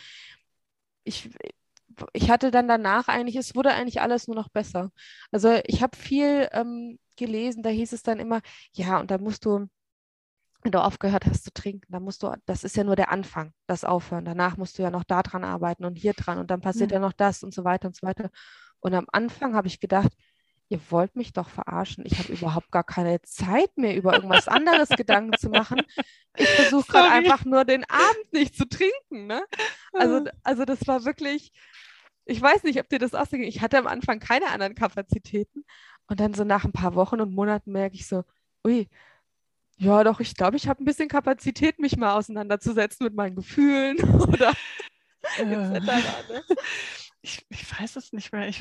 ich, ich hatte dann danach eigentlich, es wurde eigentlich alles nur noch besser. Also ich habe viel gelesen, da hieß es dann immer, ja, und da musst du, wenn du aufgehört hast zu trinken, dann musst du, das ist ja nur der Anfang, das Aufhören. Danach musst du ja noch da dran arbeiten und hier dran und dann passiert ja Mhm. noch das und so weiter und so weiter. Und am Anfang habe ich gedacht, ihr wollt mich doch verarschen. Ich habe überhaupt gar keine Zeit mehr, über irgendwas anderes Gedanken zu machen. Ich versuche gerade Sorry. einfach nur den Abend nicht zu trinken, ne? Also das war wirklich, ich weiß nicht, ob dir das aussieht. Ich hatte am Anfang keine anderen Kapazitäten. Und dann so nach ein paar Wochen und Monaten merke ich so, ui, ja doch, ich glaube, ich habe ein bisschen Kapazität, mich mal auseinanderzusetzen mit meinen Gefühlen oder Äh, etc. Ne? ich weiß es nicht mehr.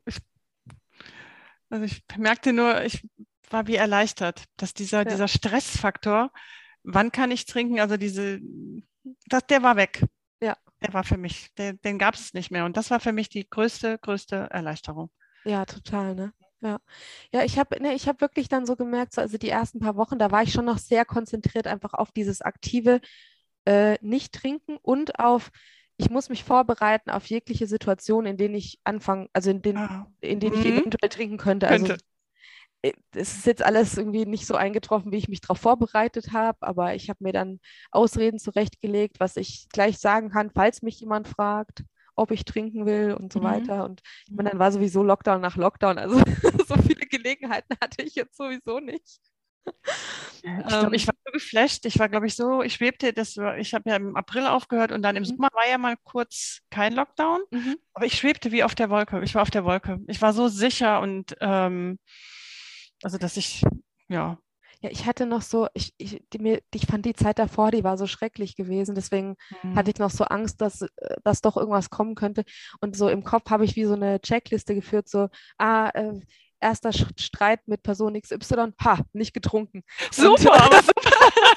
Also ich merkte nur, ich war wie erleichtert, dass Ja, dieser Stressfaktor, wann kann ich trinken, also der war weg. ja, Der war für mich, den gab es nicht mehr. Und das war für mich die größte Erleichterung. ja, total, ne? Ja, ja, ich hab wirklich dann so gemerkt, so, also die ersten paar Wochen, da war ich schon noch sehr konzentriert einfach auf dieses aktive Nicht-Trinken und auf, ich muss mich vorbereiten auf jegliche Situation, in denen ich anfange, also Ah. in denen ich Mhm. eventuell trinken könnte. Also Könnte. es ist jetzt alles irgendwie nicht so eingetroffen, wie ich mich darauf vorbereitet habe, aber ich habe mir dann Ausreden zurechtgelegt, was ich gleich sagen kann, falls mich jemand fragt, ob ich trinken will und so Mhm. weiter. Und ich meine, dann war sowieso Lockdown nach Lockdown, also so viele Gelegenheiten hatte ich jetzt sowieso nicht. Ja, ich glaube, ich Ähm, war so geflasht. Ich war, glaube ich, so, ich schwebte, ich habe ja im April aufgehört und dann im mhm, Sommer war ja mal kurz kein Lockdown. mhm. Aber ich schwebte wie auf der Wolke. Ich war auf der Wolke. Ich war so sicher und also, dass ich, ja. Ja, ich hatte noch so, ich fand die Zeit davor, die war so schrecklich gewesen. Deswegen hatte Mhm. ich noch so Angst, dass doch irgendwas kommen könnte. Und so im Kopf habe ich wie so eine Checkliste geführt, so, erster Streit mit Person XY, ha, nicht getrunken. Und Super, aber super.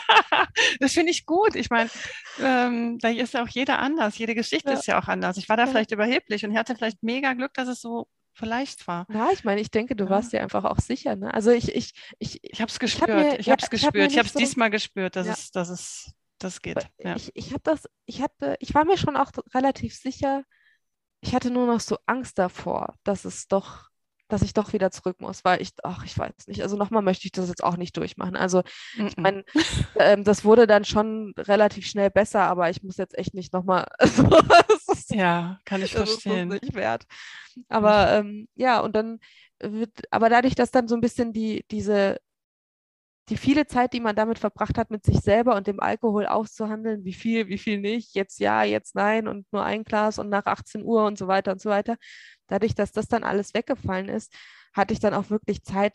Das finde ich gut. Ich meine, da ist ja auch jeder anders. Jede Geschichte Ja, ist ja auch anders. Ich war da ja. vielleicht überheblich und hatte vielleicht mega Glück, dass es so leicht war. Na, ich meine, ich denke, du Ja. warst dir einfach auch sicher, ne? Also Ich habe es ich habe gespürt. mir, ja, ich habe mir Ich habe nicht es so, diesmal gespürt, ja, das geht. Ja. ich war mir schon auch relativ sicher. Ich hatte nur noch so Angst davor, dass ich doch wieder zurück muss, weil ich weiß nicht. Also nochmal möchte ich das jetzt auch nicht durchmachen. Also ich Mm-mm. meine, das wurde dann schon relativ schnell besser, aber ich muss jetzt echt nicht nochmal, also, Ja, kann ich das ist das verstehen. nicht wert. Kann ich. Aber ja, und dann aber dadurch, dass dann so ein bisschen die viele Zeit, die man damit verbracht hat, mit sich selber und dem Alkohol auszuhandeln, wie viel nicht, jetzt ja, jetzt nein und nur ein Glas und nach 18 Uhr und so weiter und so weiter. Dadurch, dass das dann alles weggefallen ist, hatte ich dann auch wirklich Zeit,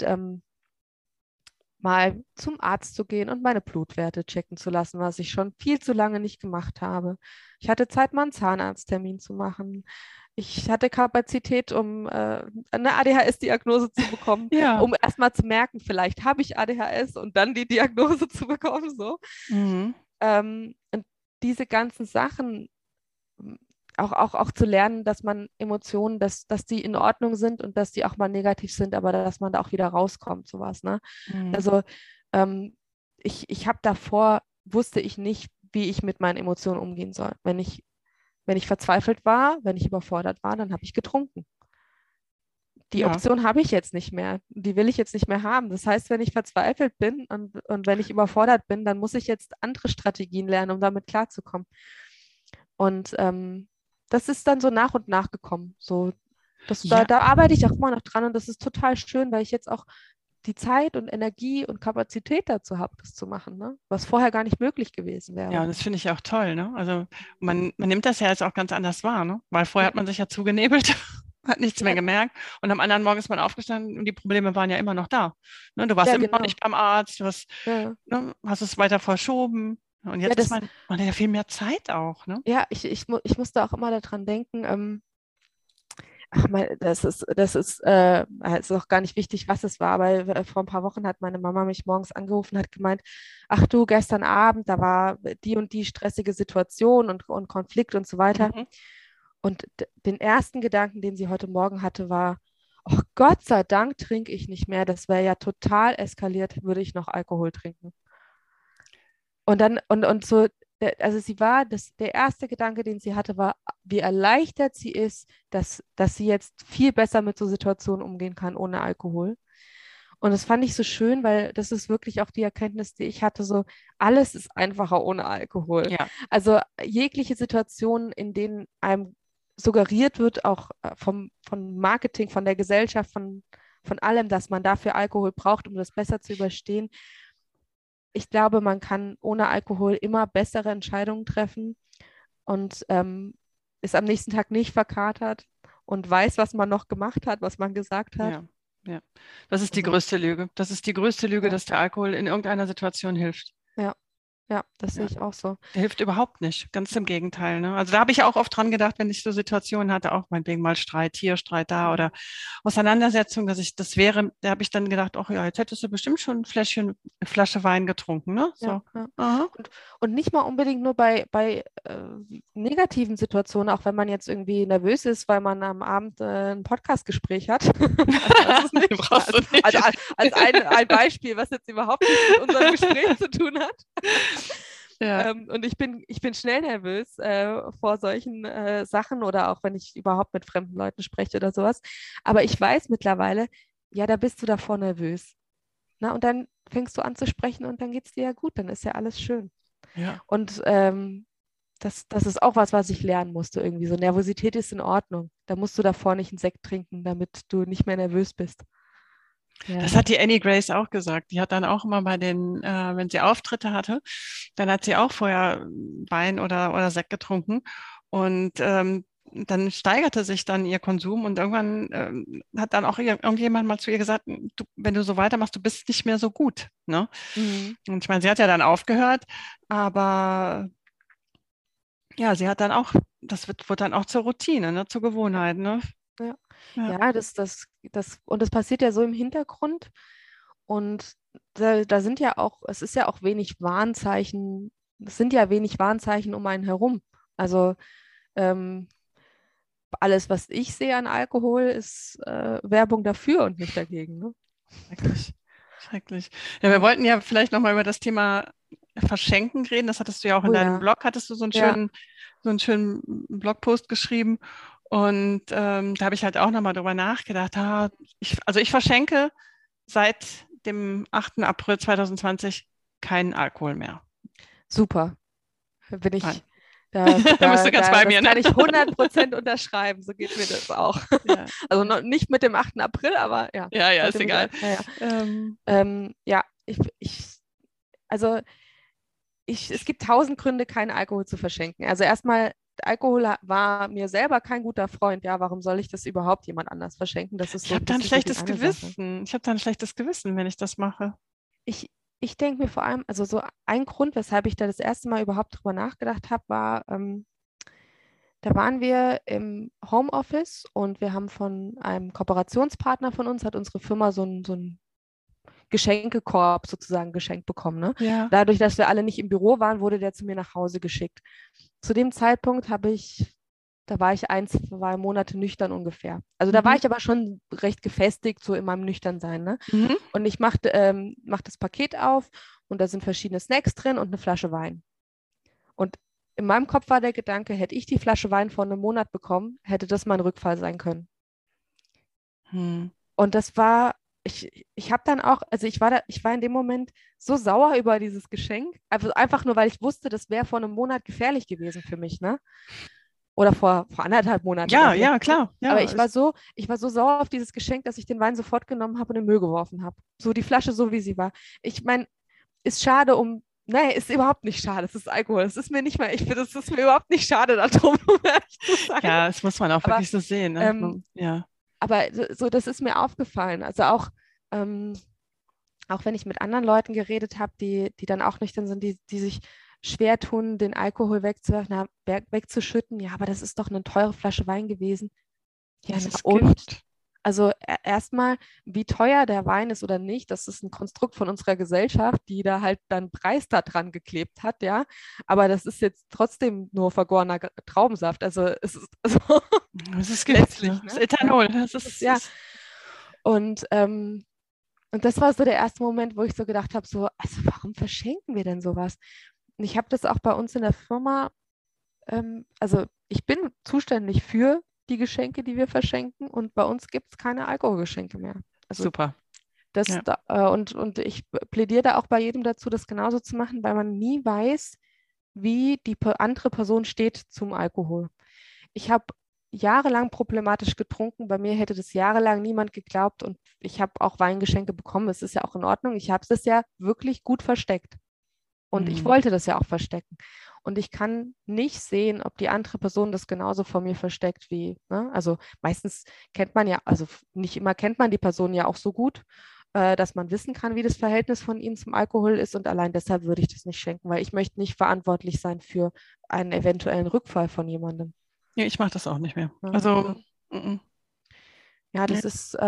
mal zum Arzt zu gehen und meine Blutwerte checken zu lassen, was ich schon viel zu lange nicht gemacht habe. Ich hatte Zeit, mal einen Zahnarzttermin zu machen. Ich hatte Kapazität, um eine ADHS-Diagnose zu bekommen, Ja. um erstmal zu merken, vielleicht habe ich ADHS und dann die Diagnose zu bekommen. So. Mhm. Und diese ganzen Sachen, auch zu lernen, dass man Emotionen, dass die in Ordnung sind und dass die auch mal negativ sind, aber dass man da auch wieder rauskommt, sowas, ne? Mhm. Also ähm, ich habe davor, wusste ich nicht, wie ich mit meinen Emotionen umgehen soll. Wenn ich verzweifelt war, wenn ich überfordert war, dann habe ich getrunken. Die Ja. Option habe ich jetzt nicht mehr. Die will ich jetzt nicht mehr haben. Das heißt, wenn ich verzweifelt bin und wenn ich überfordert bin, dann muss ich jetzt andere Strategien lernen, um damit klarzukommen. Und das ist dann so nach und nach gekommen. So, Ja. da arbeite ich auch immer noch dran und das ist total schön, weil ich jetzt auch die Zeit und Energie und Kapazität dazu habe, das zu machen, ne? Was vorher gar nicht möglich gewesen Ja, wäre. und das finde ich auch toll, ne? Also man nimmt das ja jetzt auch ganz anders wahr, ne? Weil vorher Ja, hat man sich ja zugenebelt, hat nichts mehr ja, gemerkt und am anderen Morgen ist man aufgestanden und die Probleme waren ja immer noch da. Ne? Du warst ja, immer noch genau. nicht beim Arzt, Ja, ne, hast es weiter verschoben. Und ja, jetzt ist man hat ja viel mehr Zeit auch, ne? ja, ich musste auch immer daran denken, ach, es ist auch gar nicht wichtig, was es war, aber vor ein paar Wochen hat meine Mama mich morgens angerufen und hat gemeint, ach du, gestern Abend, da war die und die stressige Situation und Konflikt und so weiter. Mhm. Und den ersten Gedanken, den sie heute Morgen hatte, war, oh Gott sei Dank trinke ich nicht mehr. Das wäre ja total eskaliert, würde ich noch Alkohol trinken. Und dann, und so, also der erste Gedanke, den sie hatte, war, wie erleichtert sie ist, dass sie jetzt viel besser mit so Situationen umgehen kann ohne Alkohol. Und das fand ich so schön, weil das ist wirklich auch die Erkenntnis, die ich hatte, so alles ist einfacher ohne Alkohol. Ja, Also jegliche Situationen, in denen einem suggeriert wird, auch vom Marketing, von der Gesellschaft, von allem, dass man dafür Alkohol braucht, um das besser zu überstehen. Ich glaube, man kann ohne Alkohol immer bessere Entscheidungen treffen und ist am nächsten Tag nicht verkatert und weiß, was man noch gemacht hat, was man gesagt hat. ja, ja. Das ist die Also, größte Lüge. Das ist die größte Lüge, ja, dass der Alkohol in irgendeiner Situation hilft. ja, ja, das sehe Ja. ich auch so. Der hilft überhaupt nicht, ganz im Gegenteil. Ne? Also da habe ich ja auch oft dran gedacht, wenn ich so Situationen hatte, auch meinetwegen mal Streit hier, Streit da oder Mhm. Auseinandersetzung, das wäre, da habe ich dann gedacht, ach ja, jetzt hättest du bestimmt schon eine Flasche Wein getrunken, ne? Ja, So. ja. Aha. Und nicht mal unbedingt nur bei negativen Situationen, auch wenn man jetzt irgendwie nervös ist, weil man am Abend ein Podcastgespräch hat. Also das ist Den nicht, brauchst du nicht. als ein Beispiel, was jetzt überhaupt nichts mit unserem Gespräch zu tun hat. Ja, Und ich bin schnell nervös vor solchen Sachen oder auch wenn ich überhaupt mit fremden Leuten spreche oder sowas. Aber ich weiß mittlerweile, ja, da bist du davor nervös. Na, und dann fängst du an zu sprechen und dann geht es dir ja gut, dann ist ja alles schön. ja. Und das ist auch was, was ich lernen musste irgendwie. So Nervosität ist in Ordnung. Da musst du davor nicht einen Sekt trinken, damit du nicht mehr nervös bist. Ja. Das hat die Annie Grace auch gesagt. Die hat dann auch immer wenn sie Auftritte hatte, dann hat sie auch vorher Wein oder Sekt getrunken und dann steigerte sich dann ihr Konsum und irgendwann hat dann auch irgendjemand mal zu ihr gesagt, du, wenn du so weitermachst, du bist nicht mehr so gut, ne? Mhm. Und ich meine, sie hat ja dann aufgehört, aber ja, sie hat dann auch, wurde dann auch zur Routine, ne, zur Gewohnheit, ne? Ja, Ja, ja, und das passiert ja so im Hintergrund. Und da sind ja auch, es ist ja auch wenig Warnzeichen, es sind ja wenig Warnzeichen um einen herum. Also ähm, alles, was ich sehe an Alkohol, ist Werbung dafür und nicht dagegen. Ne? Schrecklich. Schrecklich. Ja, wir Ja. wollten ja vielleicht nochmal über das Thema Verschenken reden. Das hattest du ja auch in Oh deinem ja, Blog, hattest du ja, so einen schönen Blogpost geschrieben. Und da habe ich halt auch nochmal drüber nachgedacht. Also ich verschenke seit dem 8. April 2020 keinen Alkohol mehr. super. Bin Nein. ich, Bist du ganz bei das mir, ne? kann ich 100% unterschreiben. So geht mir das auch. Ja, Also noch nicht mit dem 8. April, aber ja, ja, ja, seit ist dem, egal. ja, ja. Ähm, Ja, also es gibt 1000 Gründe, keinen Alkohol zu verschenken. Also erstmal, Alkohol war mir selber kein guter Freund. Ja, warum soll ich das überhaupt jemand anders verschenken? Ich habe da ein Das ist so die schlechtes eine Sache. Gewissen. Ich habe da ein schlechtes Gewissen, wenn ich das mache. Ich denke mir vor allem, also so ein Grund, weshalb ich da das erste Mal überhaupt drüber nachgedacht habe, war, da waren wir im Homeoffice und wir haben von einem Kooperationspartner von uns, hat unsere Firma so ein Geschenkekorb sozusagen geschenkt bekommen. Ne? Ja. Dadurch, dass wir alle nicht im Büro waren, wurde der zu mir nach Hause geschickt. Zu dem Zeitpunkt da war ich 1, 2 Monate nüchtern ungefähr. Also da war Mhm. ich aber schon recht gefestigt, so in meinem Nüchternsein. Ne? Mhm. Und ich mach das Paket auf und da sind verschiedene Snacks drin und eine Flasche Wein. Und in meinem Kopf war der Gedanke, hätte ich die Flasche Wein vor einem Monat bekommen, hätte das mein Rückfall sein können. Hm. Und das war, ich habe dann auch, also ich war in dem Moment so sauer über dieses Geschenk, also einfach nur, weil ich wusste, das wäre vor einem Monat gefährlich gewesen für mich, ne? Oder vor 1,5 Monaten oder Ja, wie auch ja, immer. klar. Aber Ja, ich war so sauer auf dieses Geschenk, dass ich den Wein sofort genommen habe und in den Müll geworfen habe. So die Flasche, so wie sie war. Ich meine, ist schade nee, ist überhaupt nicht schade. Es ist Alkohol. Es ist mir nicht mehr, ich finde, es ist mir überhaupt nicht schade darum, um ehrlich zu sein. ja, das muss man auch Aber wirklich so sehen. Ne? ähm, Ja, das ist mir aufgefallen. Also ähm, auch wenn ich mit anderen Leuten geredet habe, die dann auch nüchtern sind, die sich schwer tun, den Alkohol wegzuschütten. Ja, aber das ist doch eine teure Flasche Wein gewesen. Ja, das na ist und? Gift. Also erstmal, wie teuer der Wein ist oder nicht, das ist ein Konstrukt von unserer Gesellschaft, die da halt dann Preis da dran geklebt hat, ja. Aber das ist jetzt trotzdem nur vergorener Traubensaft. Also es ist also Das ist Gift. letztlich, Ne? Das ist ne? Ja, Ethanol. Das ja. Und, ähm, und das war so der erste Moment, wo ich so gedacht habe, so, also warum verschenken wir denn sowas? Und ich habe das auch bei uns in der Firma, also ich bin zuständig für die Geschenke, die wir verschenken und bei uns gibt es keine Alkoholgeschenke mehr. Also super. Ja, und ich plädiere da auch bei jedem dazu, das genauso zu machen, weil man nie weiß, wie die andere Person steht zum Alkohol. Ich habe jahrelang problematisch getrunken. Bei mir hätte das jahrelang niemand geglaubt und ich habe auch Weingeschenke bekommen. Es ist ja auch in Ordnung. Ich habe es ja wirklich gut versteckt und ich hm. wollte das ja auch verstecken. Und ich kann nicht sehen, ob die andere Person das genauso vor mir versteckt wie, ne? Also meistens kennt man ja, also nicht immer kennt man die Person ja auch so gut, dass man wissen kann, wie das Verhältnis von ihnen zum Alkohol ist. Und allein deshalb würde ich das nicht schenken, weil ich möchte nicht verantwortlich sein für einen eventuellen Rückfall von jemandem. Ja, ich mache das auch nicht mehr. Ja, Also, ja. mm, Ja, mm. das ist,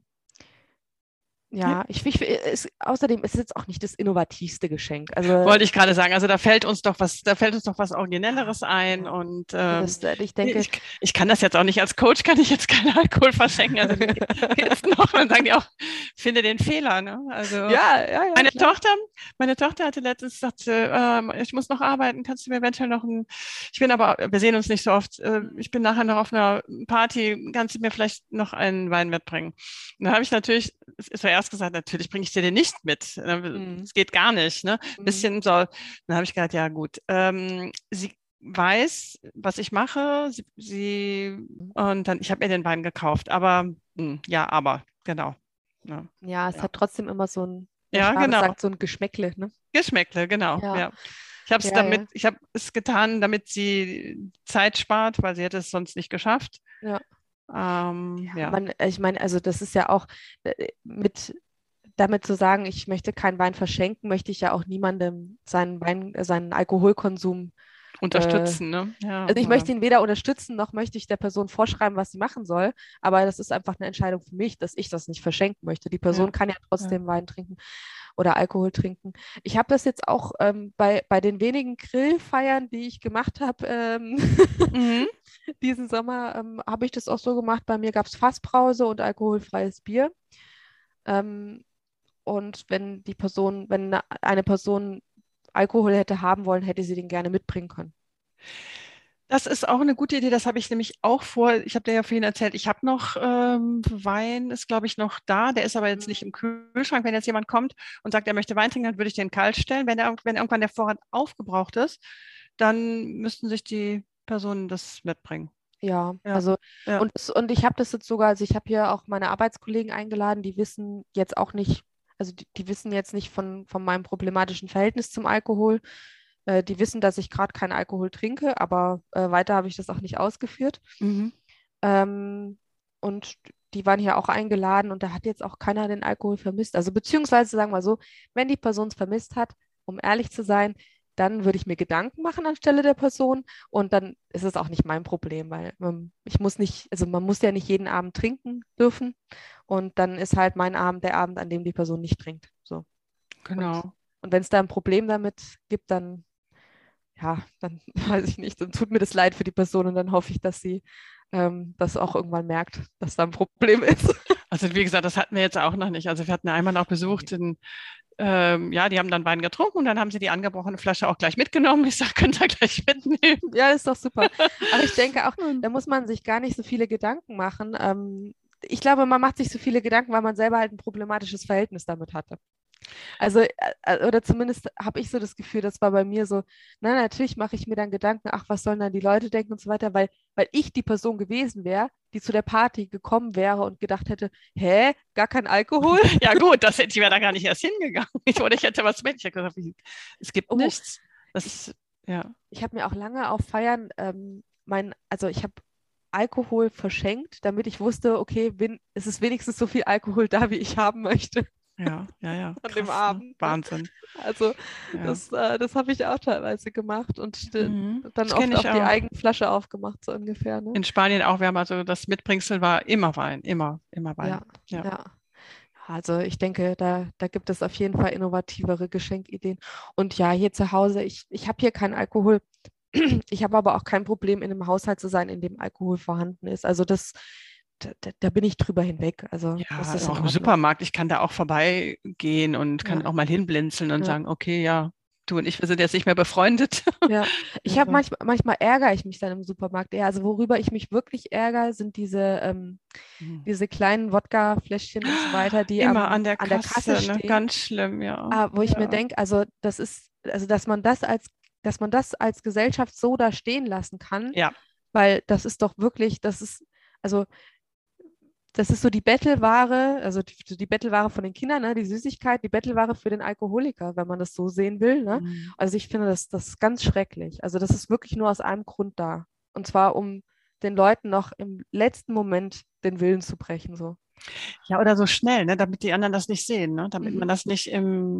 Ja, ja, außerdem ist es jetzt auch nicht das innovativste Geschenk. Also wollte ich gerade sagen. Also da fällt uns doch was Originelleres ein. ja, Und ich denke, ich kann das jetzt auch nicht als Coach, kann ich jetzt keinen Alkohol verschenken. Also jetzt noch, dann sagen die auch, finde den Fehler. Ne? Also ja, meine klar. Tochter, meine Tochter hatte letztens gesagt, ich muss noch arbeiten, kannst du mir eventuell ich bin aber, wir sehen uns nicht so oft, ich bin nachher noch auf einer Party, kannst du mir vielleicht noch einen Wein mitbringen? Und dann habe ich natürlich zuerst gesagt, natürlich bringe ich dir den nicht mit. Mhm. Es geht gar nicht. Ne? Mhm. Bisschen so. Dann habe ich gesagt, ja gut. Sie weiß, was ich mache. Und dann, ich habe ihr den Wein gekauft. Aber, ja, aber, genau. Ja, Ja, es ja. hat trotzdem immer so der Ja, Schwabe genau. sagt, so ein Geschmäckle, ne? Geschmäckle, genau. Ja, Ja. ja. Ich habe es getan, damit sie Zeit spart, weil sie hätte es sonst nicht geschafft. Ja. Ja, Ja. ich meine, also das ist ja auch damit zu sagen, ich möchte keinen Wein verschenken, möchte ich ja auch niemandem seinen Alkoholkonsum, äh, Unterstützen, ne? Ja, also ich oder? möchte ihn weder unterstützen, noch möchte ich der Person vorschreiben, was sie machen soll. Aber das ist einfach eine Entscheidung für mich, dass ich das nicht verschenken möchte. Die Person Ja, kann ja ja. trotzdem Wein trinken. oder Alkohol trinken. Ich habe das jetzt auch bei den wenigen Grillfeiern, die ich gemacht habe, Mhm. diesen Sommer, habe ich das auch so gemacht. Bei mir gab es Fassbrause und alkoholfreies Bier. Ähm, und wenn eine Person Alkohol hätte haben wollen, hätte sie den gerne mitbringen können. Das ist auch eine gute Idee. Das habe ich nämlich auch vor. Ich habe dir ja vorhin erzählt, ich habe noch Wein, ist glaube ich noch da. Der ist aber jetzt nicht im Kühlschrank. Wenn jetzt jemand kommt und sagt, er möchte Wein trinken, dann würde ich den kalt stellen. Wenn irgendwann der Vorrat aufgebraucht ist, dann müssten sich die Personen das mitbringen. Ja, Ja, also ja. und ich habe das jetzt sogar, also ich habe hier auch meine Arbeitskollegen eingeladen, die wissen jetzt auch nicht, also die wissen jetzt nicht von meinem problematischen Verhältnis zum Alkohol. Die wissen, dass ich gerade keinen Alkohol trinke, aber weiter habe ich das auch nicht ausgeführt. Mhm. Ähm, und die waren hier auch eingeladen und da hat jetzt auch keiner den Alkohol vermisst. Also beziehungsweise sagen wir so, wenn die Person es vermisst hat, um ehrlich zu sein, dann würde ich mir Gedanken machen anstelle der Person und dann ist es auch nicht mein Problem, weil ich muss nicht, also man muss ja nicht jeden Abend trinken dürfen und dann ist halt mein Abend der Abend, an dem die Person nicht trinkt. So. Und, Genau. und wenn es da ein Problem damit gibt, dann ja, dann weiß ich nicht, dann tut mir das leid für die Person und dann hoffe ich, dass sie das auch irgendwann merkt, dass da ein Problem ist. Also wie gesagt, das hatten wir jetzt auch noch nicht. Also wir hatten einmal noch besucht, ja, die haben dann Wein getrunken und dann haben sie die angebrochene Flasche auch gleich mitgenommen. Ich sage, könnt ihr gleich mitnehmen. Ja, ist doch super. Aber ich denke auch, Und, da muss man sich gar nicht so viele Gedanken machen. Ich glaube, man macht sich so viele Gedanken, weil man selber halt ein problematisches Verhältnis damit hatte. Also, oder zumindest habe ich so das Gefühl, das war bei mir so, na, natürlich mache ich mir dann Gedanken, ach, was sollen dann die Leute denken und so weiter, weil ich die Person gewesen wäre, die zu der Party gekommen wäre und gedacht hätte, hä, gar kein Alkohol? ja gut, ich wäre da gar nicht erst hingegangen. Ich hätte was mit. Ich habe gesagt, es gibt Oh, nichts. ich, Ja. ich habe mir auch lange auf Feiern also ich habe Alkohol verschenkt, damit ich wusste, okay, es ist wenigstens so viel Alkohol da, wie ich haben möchte Ja, ja, ja, an dem krass, ne? Abend. Ne? Wahnsinn. Also Ja. das habe ich auch teilweise gemacht und Mhm. dann Das kenne oft auch ich die auch. eigene Flasche aufgemacht, so ungefähr. Ne? In Spanien auch. Wir haben also das Mitbringsel war immer Wein, immer Ja, Wein. Ja. ja. Also ich denke, da gibt es auf jeden Fall innovativere Geschenkideen. Und ja, hier zu Hause, ich habe hier keinen Alkohol. Ich habe aber auch kein Problem, in einem Haushalt zu sein, in dem Alkohol vorhanden ist. Also da bin ich drüber hinweg. Also das Ja, ist in auch im Ordnung. Supermarkt. Ich kann da auch vorbeigehen und kann Ja, auch mal hinblinzeln und ja. sagen, okay, ja, du und ich, wir sind jetzt nicht mehr befreundet. Ja, ich habe Also, manchmal ärgere ich mich dann im Supermarkt eher. Also worüber ich mich wirklich ärgere, sind hm. diese kleinen Wodka-Fläschchen und so weiter, die Immer an der an der Kasse Kasse, ne? stehen. Ganz schlimm, ja. Wo ich mir Ja. denke, also dass man das als Gesellschaft so da stehen lassen kann, Ja, weil das ist doch wirklich, also das ist so die Bettelware, also die Bettelware von den Kindern, ne, die Süßigkeit, die Bettelware für den Alkoholiker, wenn man das so sehen will, ne? hm. Also ich finde das ist ganz schrecklich. Also das ist wirklich nur aus einem Grund da. Und zwar, um den Leuten noch im letzten Moment den Willen zu brechen, so. Ja, oder so schnell, ne? Damit die anderen das nicht sehen, ne? Damit man Mhm. das nicht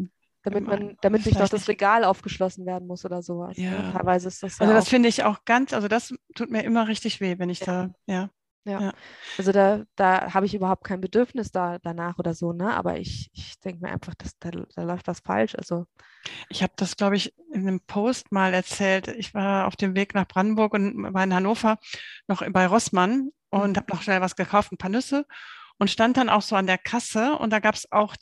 Damit nicht noch vielleicht das nicht. Regal aufgeschlossen werden muss oder sowas. Ne? Ja. Teilweise ist das Also ja das auch, finde ich auch also das tut mir immer richtig weh, wenn ich ja, da, ja, ja. ja. Also da habe ich überhaupt kein Bedürfnis danach oder so, ne? Aber ich denke mir einfach, da läuft was falsch. Also, Ich habe das, glaube ich, in einem Post mal erzählt. Ich war auf dem Weg nach Brandenburg und war in Hannover noch bei Rossmann und mhm. habe noch schnell was gekauft, ein paar Nüsse und stand dann auch so an der Kasse und da gab es auch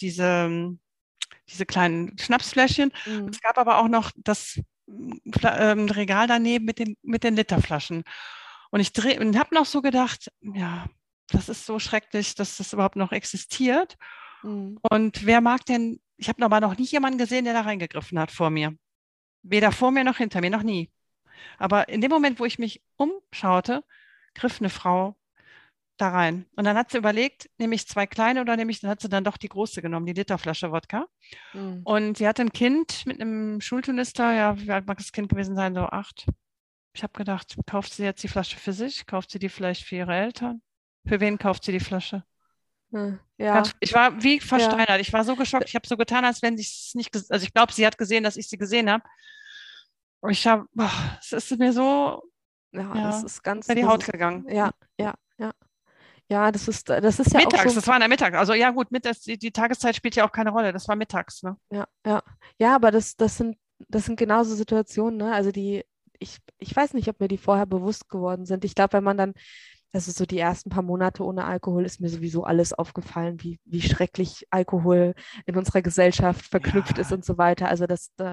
diese kleinen Schnapsfläschchen. Mhm. Es gab aber auch noch das Regal daneben mit den Literflaschen. Und ich und habe noch so gedacht, ja, das ist so schrecklich, dass das überhaupt noch existiert. Mhm. Und wer mag denn, ich habe aber noch nie jemanden gesehen, der da reingegriffen hat vor mir. Weder vor mir noch hinter mir, noch nie. Aber in dem Moment, wo ich mich umschaute, griff eine Frau da rein. Und dann hat sie überlegt, nehme ich zwei kleine oder dann hat sie dann doch die große genommen, die Literflasche Wodka. Mhm. Und sie hatte ein Kind mit einem Schulturnister, ja, wie alt mag das Kind gewesen sein? So 8. Ich habe gedacht, kauft sie jetzt die Flasche für sich? Kauft sie die vielleicht für ihre Eltern? Für wen kauft sie die Flasche? Ja, Ich war wie ja, versteinert. Ich war so geschockt. Ich habe so getan, als wenn sie es nicht, also ich glaube, sie hat gesehen, dass ich sie gesehen habe. Und es ist mir so, ja, ja, unter die das Haut ist, gegangen. ja, ja, ja. Ja, das ist ja auch Mittags, so. das war in der Mittag. Also ja gut, mittags, die Tageszeit spielt ja auch keine Rolle. Das war mittags, ne? Ja, ja. Ja, aber das sind genauso Situationen, ne? Also ich weiß nicht, ob mir die vorher bewusst geworden sind. Ich glaube, wenn man dann, also so die ersten paar Monate ohne Alkohol, ist mir sowieso alles aufgefallen, wie schrecklich Alkohol in unserer Gesellschaft verknüpft ist Ja, und so weiter. Also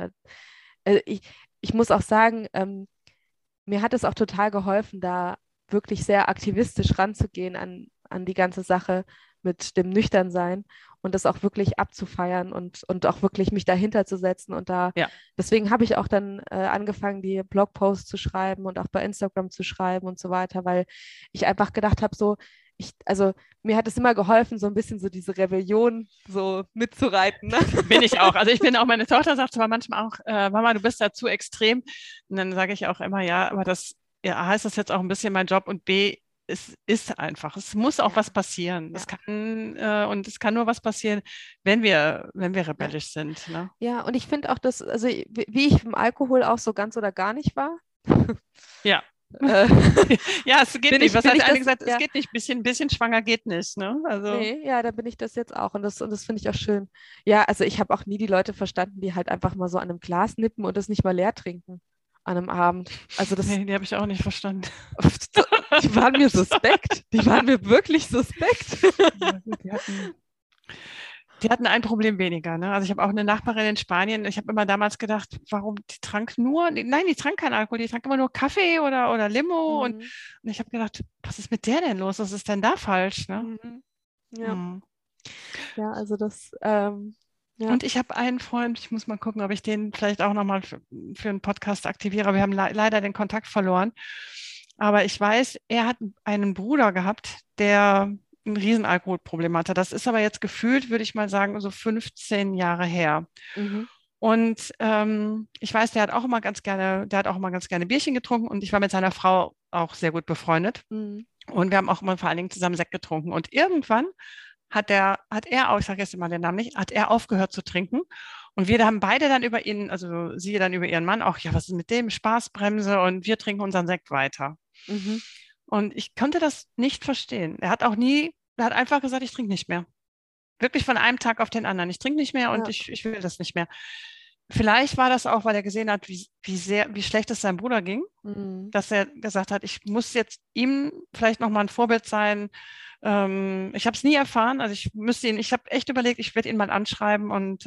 äh, ich, ich muss auch sagen, mir hat es auch total geholfen, da wirklich sehr aktivistisch ranzugehen an die ganze Sache mit dem Nüchternsein und das auch wirklich abzufeiern und auch wirklich mich dahinter zu setzen. Und ja. deswegen habe ich auch dann angefangen, die Blogposts zu schreiben und auch bei Instagram zu schreiben und so weiter, weil ich einfach gedacht habe, also mir hat es immer geholfen, so ein bisschen so diese Rebellion so mitzureiten. Ne? Bin ich auch. Also ich bin auch, meine Tochter sagt zwar manchmal auch, Mama, du bist da zu extrem. Und dann sage ich auch immer, ja, aber das ja, A, ist das jetzt auch ein bisschen mein Job und B, es ist einfach. Es muss auch Ja, was passieren. ja, Und es kann nur was passieren, wenn wir ja. rebellisch sind. Ne? Ja, und ich finde auch, dass, also wie ich im Alkohol auch so ganz oder gar nicht war, Ja. äh, Ja, es geht bin nicht. ich, Was bin hat ich eine das, gesagt? Es ja, geht nicht. Bisschen schwanger geht nicht. Ne? Also. nee, ja, da bin ich das jetzt auch und das finde ich auch schön. Ja, also ich habe auch nie die Leute verstanden, die halt einfach mal so an einem Glas nippen und das nicht mal leer trinken an einem Abend. Also das, Nee, die habe ich auch nicht verstanden. die waren mir suspekt, die waren mir wirklich suspekt. Ja, gut, die hatten ein Problem weniger. Ne? Also ich habe auch eine Nachbarin in Spanien. Ich habe immer damals gedacht, warum die trank nur, nein, die trank keinen Alkohol, die trank immer nur Kaffee oder Limo. Und, Mhm. und ich habe gedacht, was ist mit der denn los? Was ist denn da falsch? Ne? Mhm. Ja, Hm. ja, also das, ja. Und ich habe einen Freund, ich muss mal gucken, ob ich den vielleicht auch nochmal für einen Podcast aktiviere. Wir haben leider den Kontakt verloren. Aber ich weiß, er hat einen Bruder gehabt, der ein Riesenalkoholproblem hatte. Das ist aber jetzt gefühlt, würde ich mal sagen, so 15 Jahre her. Mhm. Und ich weiß, der hat auch immer ganz gerne Bierchen getrunken und ich war mit seiner Frau auch sehr gut befreundet. Mhm. Und wir haben auch immer vor allen Dingen zusammen Sekt getrunken. Und irgendwann hat er auch, ich sage jetzt mal den Namen nicht, hat er aufgehört zu trinken. Und wir haben beide dann über ihn, also sie dann über ihren Mann auch, ja, was ist mit dem? Spaßbremse und wir trinken unseren Sekt weiter. Mhm. Und ich konnte das nicht verstehen. Er hat einfach gesagt, ich trinke nicht mehr. Wirklich von einem Tag auf den anderen. Ich trinke nicht mehr und Ja. ich will das nicht mehr. Vielleicht war das auch, weil er gesehen hat, wie schlecht es seinem Bruder ging, Mhm. dass er gesagt hat, ich muss jetzt ihm vielleicht nochmal ein Vorbild sein. Ich habe es nie erfahren. Also ich habe echt überlegt, ich werde ihn mal anschreiben und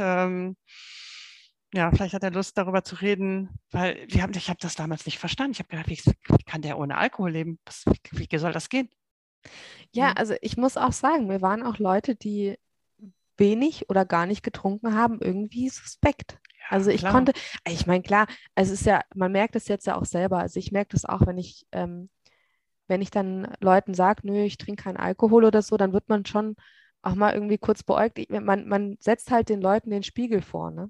ja, vielleicht hat er Lust, darüber zu reden, weil ich habe das damals nicht verstanden. Ich habe gedacht, wie kann der ohne Alkohol leben? Wie soll das gehen? Ja, Ja, also ich muss auch sagen, mir waren auch Leute, die wenig oder gar nicht getrunken haben, irgendwie suspekt. Also ja, klar. ich meine, klar, es ist ja, man merkt es jetzt ja auch selber. Also ich merke das auch, wenn ich dann Leuten sage, nö, ich trinke keinen Alkohol oder so, dann wird man schon auch mal irgendwie kurz beäugt. Man setzt halt den Leuten den Spiegel vor, ne?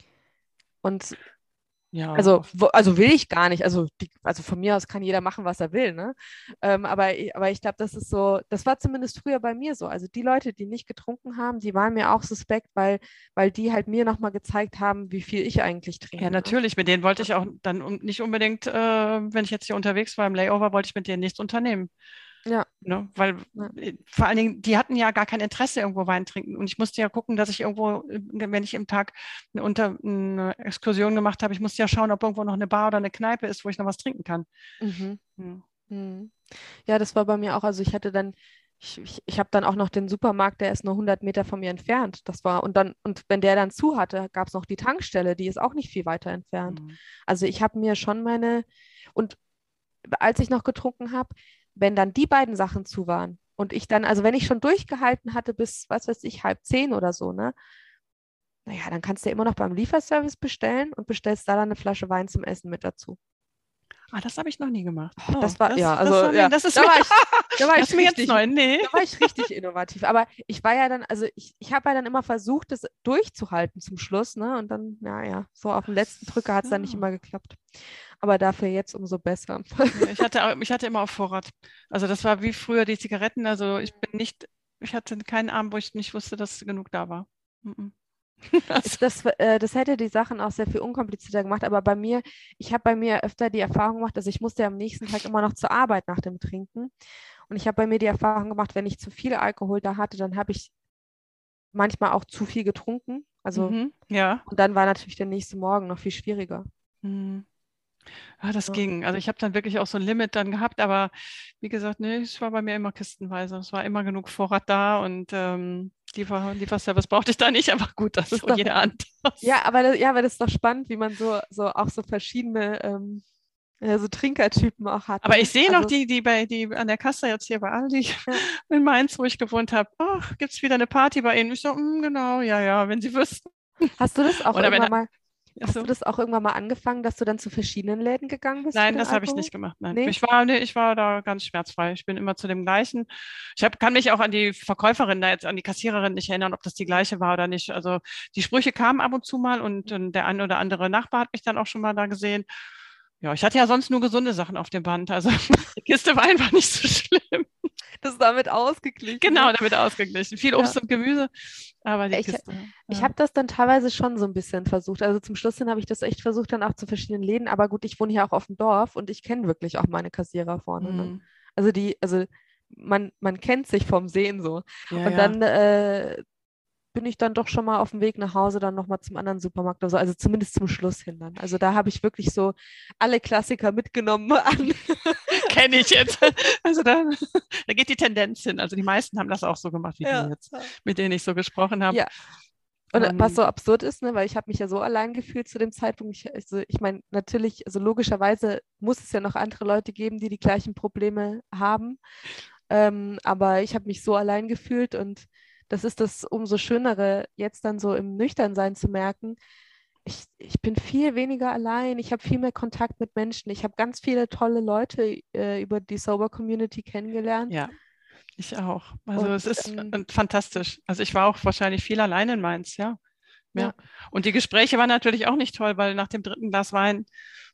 Und Ja, also will ich gar nicht. Also von mir aus kann jeder machen, was er will, ne? Aber ich glaube, das ist so, das war zumindest früher bei mir so. Also die Leute, die nicht getrunken haben, die waren mir auch suspekt, weil die halt mir nochmal gezeigt haben, wie viel ich eigentlich ja, trinke. Ne? natürlich. Mit denen wollte ich auch dann nicht unbedingt, wenn ich jetzt hier unterwegs war im Layover, wollte ich mit denen nichts unternehmen. Ja, Ne? Weil ja. vor allen Dingen, die hatten ja gar kein Interesse, irgendwo Wein trinken. Und ich musste ja gucken, dass ich irgendwo, wenn ich im Tag eine Exkursion gemacht habe, ich musste ja schauen, ob irgendwo noch eine Bar oder eine Kneipe ist, wo ich noch was trinken kann. Mhm. Hm. Mhm. Ja, das war bei mir auch. Also ich habe dann auch noch den Supermarkt, der ist nur 100 Meter von mir entfernt. Und wenn der dann zu hatte, gab es noch die Tankstelle, die ist auch nicht viel weiter entfernt. Hm. Also ich habe mir schon und als ich noch getrunken habe, wenn dann die beiden Sachen zu waren und ich dann, also wenn ich schon durchgehalten hatte bis, was weiß ich, 9:30 oder so, ne? Naja, dann kannst du ja immer noch beim Lieferservice bestellen und bestellst da dann eine Flasche Wein zum Essen mit dazu. Ah, das habe ich noch nie gemacht. Oh, Oh, das war, ja, also ja, das ist da mir, war ich, da war das ich ist mir jetzt richtig, neu. Nee. da war ich richtig innovativ. Aber ich war ja dann, also ich habe ja dann immer versucht, das durchzuhalten zum Schluss, ne? Und dann, ja, so auf den Ach letzten Drücker hat es dann nicht so. immer geklappt. Aber dafür jetzt umso besser. Ja, ich hatte immer auf Vorrat. Also das war wie früher die Zigaretten. Also ich hatte keinen Abend, wo ich nicht wusste, dass genug da war. Mhm. Also, Das hätte die Sachen auch sehr viel unkomplizierter gemacht, aber ich habe bei mir öfter die Erfahrung gemacht, dass ich musste ja am nächsten Tag immer noch zur Arbeit nach dem Trinken. Und ich habe bei mir die Erfahrung gemacht, wenn ich zu viel Alkohol da hatte, dann habe ich manchmal auch zu viel getrunken. Also, Ja. und dann war natürlich der nächste Morgen noch viel schwieriger. Mhm. Ja, das Ja. ging. Also ich habe dann wirklich auch so ein Limit dann gehabt, aber wie gesagt, nee, es war bei mir immer kistenweise. Es war immer genug Vorrat da und Lieferservice brauchte ich da nicht, aber gut, das Das ist ist so doch, jeder anders. aber das ist doch spannend, wie man so auch so verschiedene so Trinkertypen auch hat, Aber ich ne? sehe noch Also, die an der Kasse jetzt hier bei Aldi ja. in Mainz, wo ich gewohnt habe. Ach, gibt es wieder eine Party bei Ihnen? Ich so, genau, ja, ja, wenn Sie wüssten. Hast du das auch Oder wenn, irgendwann mal, ach hast du so. das auch irgendwann mal angefangen, dass du dann zu verschiedenen Läden gegangen bist für Nein, den das habe ich Alkohol? nicht gemacht. Nein, Nee? nee, ich war da ganz schmerzfrei. Ich bin immer zu dem gleichen. Kann mich auch an die Verkäuferin da jetzt, an die Kassiererin nicht erinnern, ob das die gleiche war oder nicht. Also die Sprüche kamen ab und zu mal und der ein oder andere Nachbar hat mich dann auch schon mal da gesehen. Ja, ich hatte ja sonst nur gesunde Sachen auf dem Band. Also die Kiste war einfach nicht so schlimm. Das ist damit ausgeglichen, Genau, ne? damit ausgeglichen. Viel Ja. Obst und Gemüse, aber die Ich, Kiste. ich Ja. habe das dann teilweise schon so ein bisschen versucht. Also zum Schluss hin habe ich das echt versucht, dann auch zu verschiedenen Läden. Aber gut, ich wohne hier auch auf dem Dorf und ich kenne wirklich auch meine Kassierer vorne, ne? Hm. Also man kennt sich vom Sehen so. Ja, Und ja. dann bin ich dann doch schon mal auf dem Weg nach Hause dann nochmal zum anderen Supermarkt oder so, also zumindest zum Schluss hin dann. Also da habe ich wirklich so alle Klassiker mitgenommen an. Kenne ich jetzt. Also da geht die Tendenz hin. Also die meisten haben das auch so gemacht wie du Ja. jetzt, mit denen ich so gesprochen habe. Ja, und was Ähm, so absurd ist, ne, weil ich habe mich ja so allein gefühlt zu dem Zeitpunkt. Ich meine, natürlich, also logischerweise muss es ja noch andere Leute geben, die die gleichen Probleme haben. Aber ich habe mich so allein gefühlt und das ist das umso Schönere, jetzt dann so im Nüchternsein zu merken, ich bin viel weniger allein, ich habe viel mehr Kontakt mit Menschen, ich habe ganz viele tolle Leute über die Sober Community kennengelernt ja, ich auch. Also und es ist fantastisch. Also ich war auch wahrscheinlich viel allein in Mainz, ja. ja, Ja. Und die Gespräche waren natürlich auch nicht toll, weil nach dem dritten Glas Wein,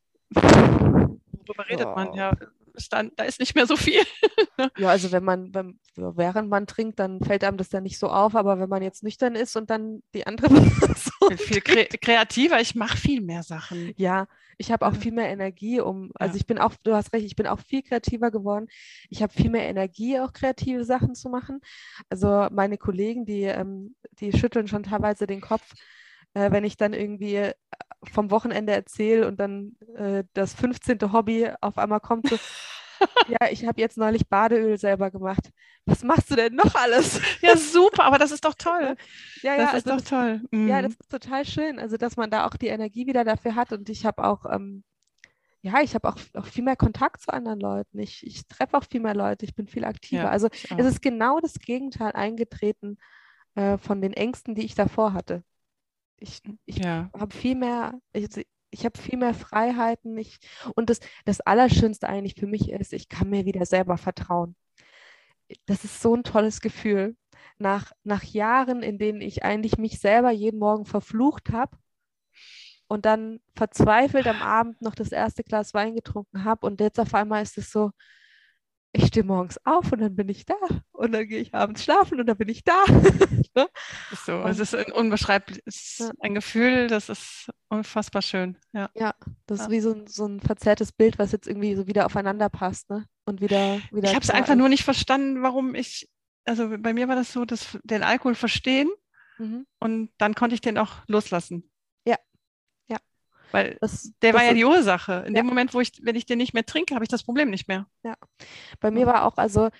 worüber redet man? ja, Ja, da ist nicht mehr so viel. ja, also während man trinkt, dann fällt einem das ja nicht so auf, aber wenn man jetzt nüchtern ist und dann die andere Person Bin viel trinkt, kreativer, ich mache viel mehr Sachen. ja, ich habe auch Also, viel mehr Energie, also ja, ich bin auch, du hast recht, ich bin auch viel kreativer geworden. Ich habe viel mehr Energie, auch kreative Sachen zu machen. Also meine Kollegen, die schütteln schon teilweise den Kopf, wenn ich dann irgendwie vom Wochenende erzähle und dann das 15. Hobby auf einmal kommt, so, ja, ich habe jetzt neulich Badeöl selber gemacht. Was machst du denn noch alles? ja, super, aber das ist doch toll. Ja, ja, Das ist also doch toll. ja, das Mhm. ist total schön. Also, dass man da auch die Energie wieder dafür hat. Und ich habe auch, ja, ich habe auch viel mehr Kontakt zu anderen Leuten. Ich treffe auch viel mehr Leute. Ich bin viel aktiver. Ja, Also, ich es auch. ist genau das Gegenteil eingetreten von den Ängsten, die ich davor hatte. Ich Ja, habe viel mehr, ich habe viel mehr Freiheiten. Und das Allerschönste eigentlich für mich ist, ich kann mir wieder selber vertrauen. Das ist so ein tolles Gefühl. Nach Jahren, in denen ich eigentlich mich selber jeden Morgen verflucht habe und dann verzweifelt am Abend noch das erste Glas Wein getrunken habe und jetzt auf einmal ist es so, ich stehe morgens auf und dann bin ich da und dann gehe ich abends schlafen und dann bin ich da. Ne? ist so. Es Und ist ein unbeschreiblich, es ja, ist ein Gefühl, das ist unfassbar schön. Ja, ja, das ist ja. wie so ein verzerrtes Bild, was jetzt irgendwie so wieder aufeinander passt, ne? Und Ich wieder habe es klar einfach nur ist. nicht verstanden, also bei mir war das so, dass den Alkohol verstehen Mhm. und dann konnte ich den auch loslassen. Ja, ja, Weil das, der war das ja ist, die Ursache. In ja, dem Moment, wenn ich den nicht mehr trinke, habe ich das Problem nicht mehr. ja. Bei mir Ja. war auch, also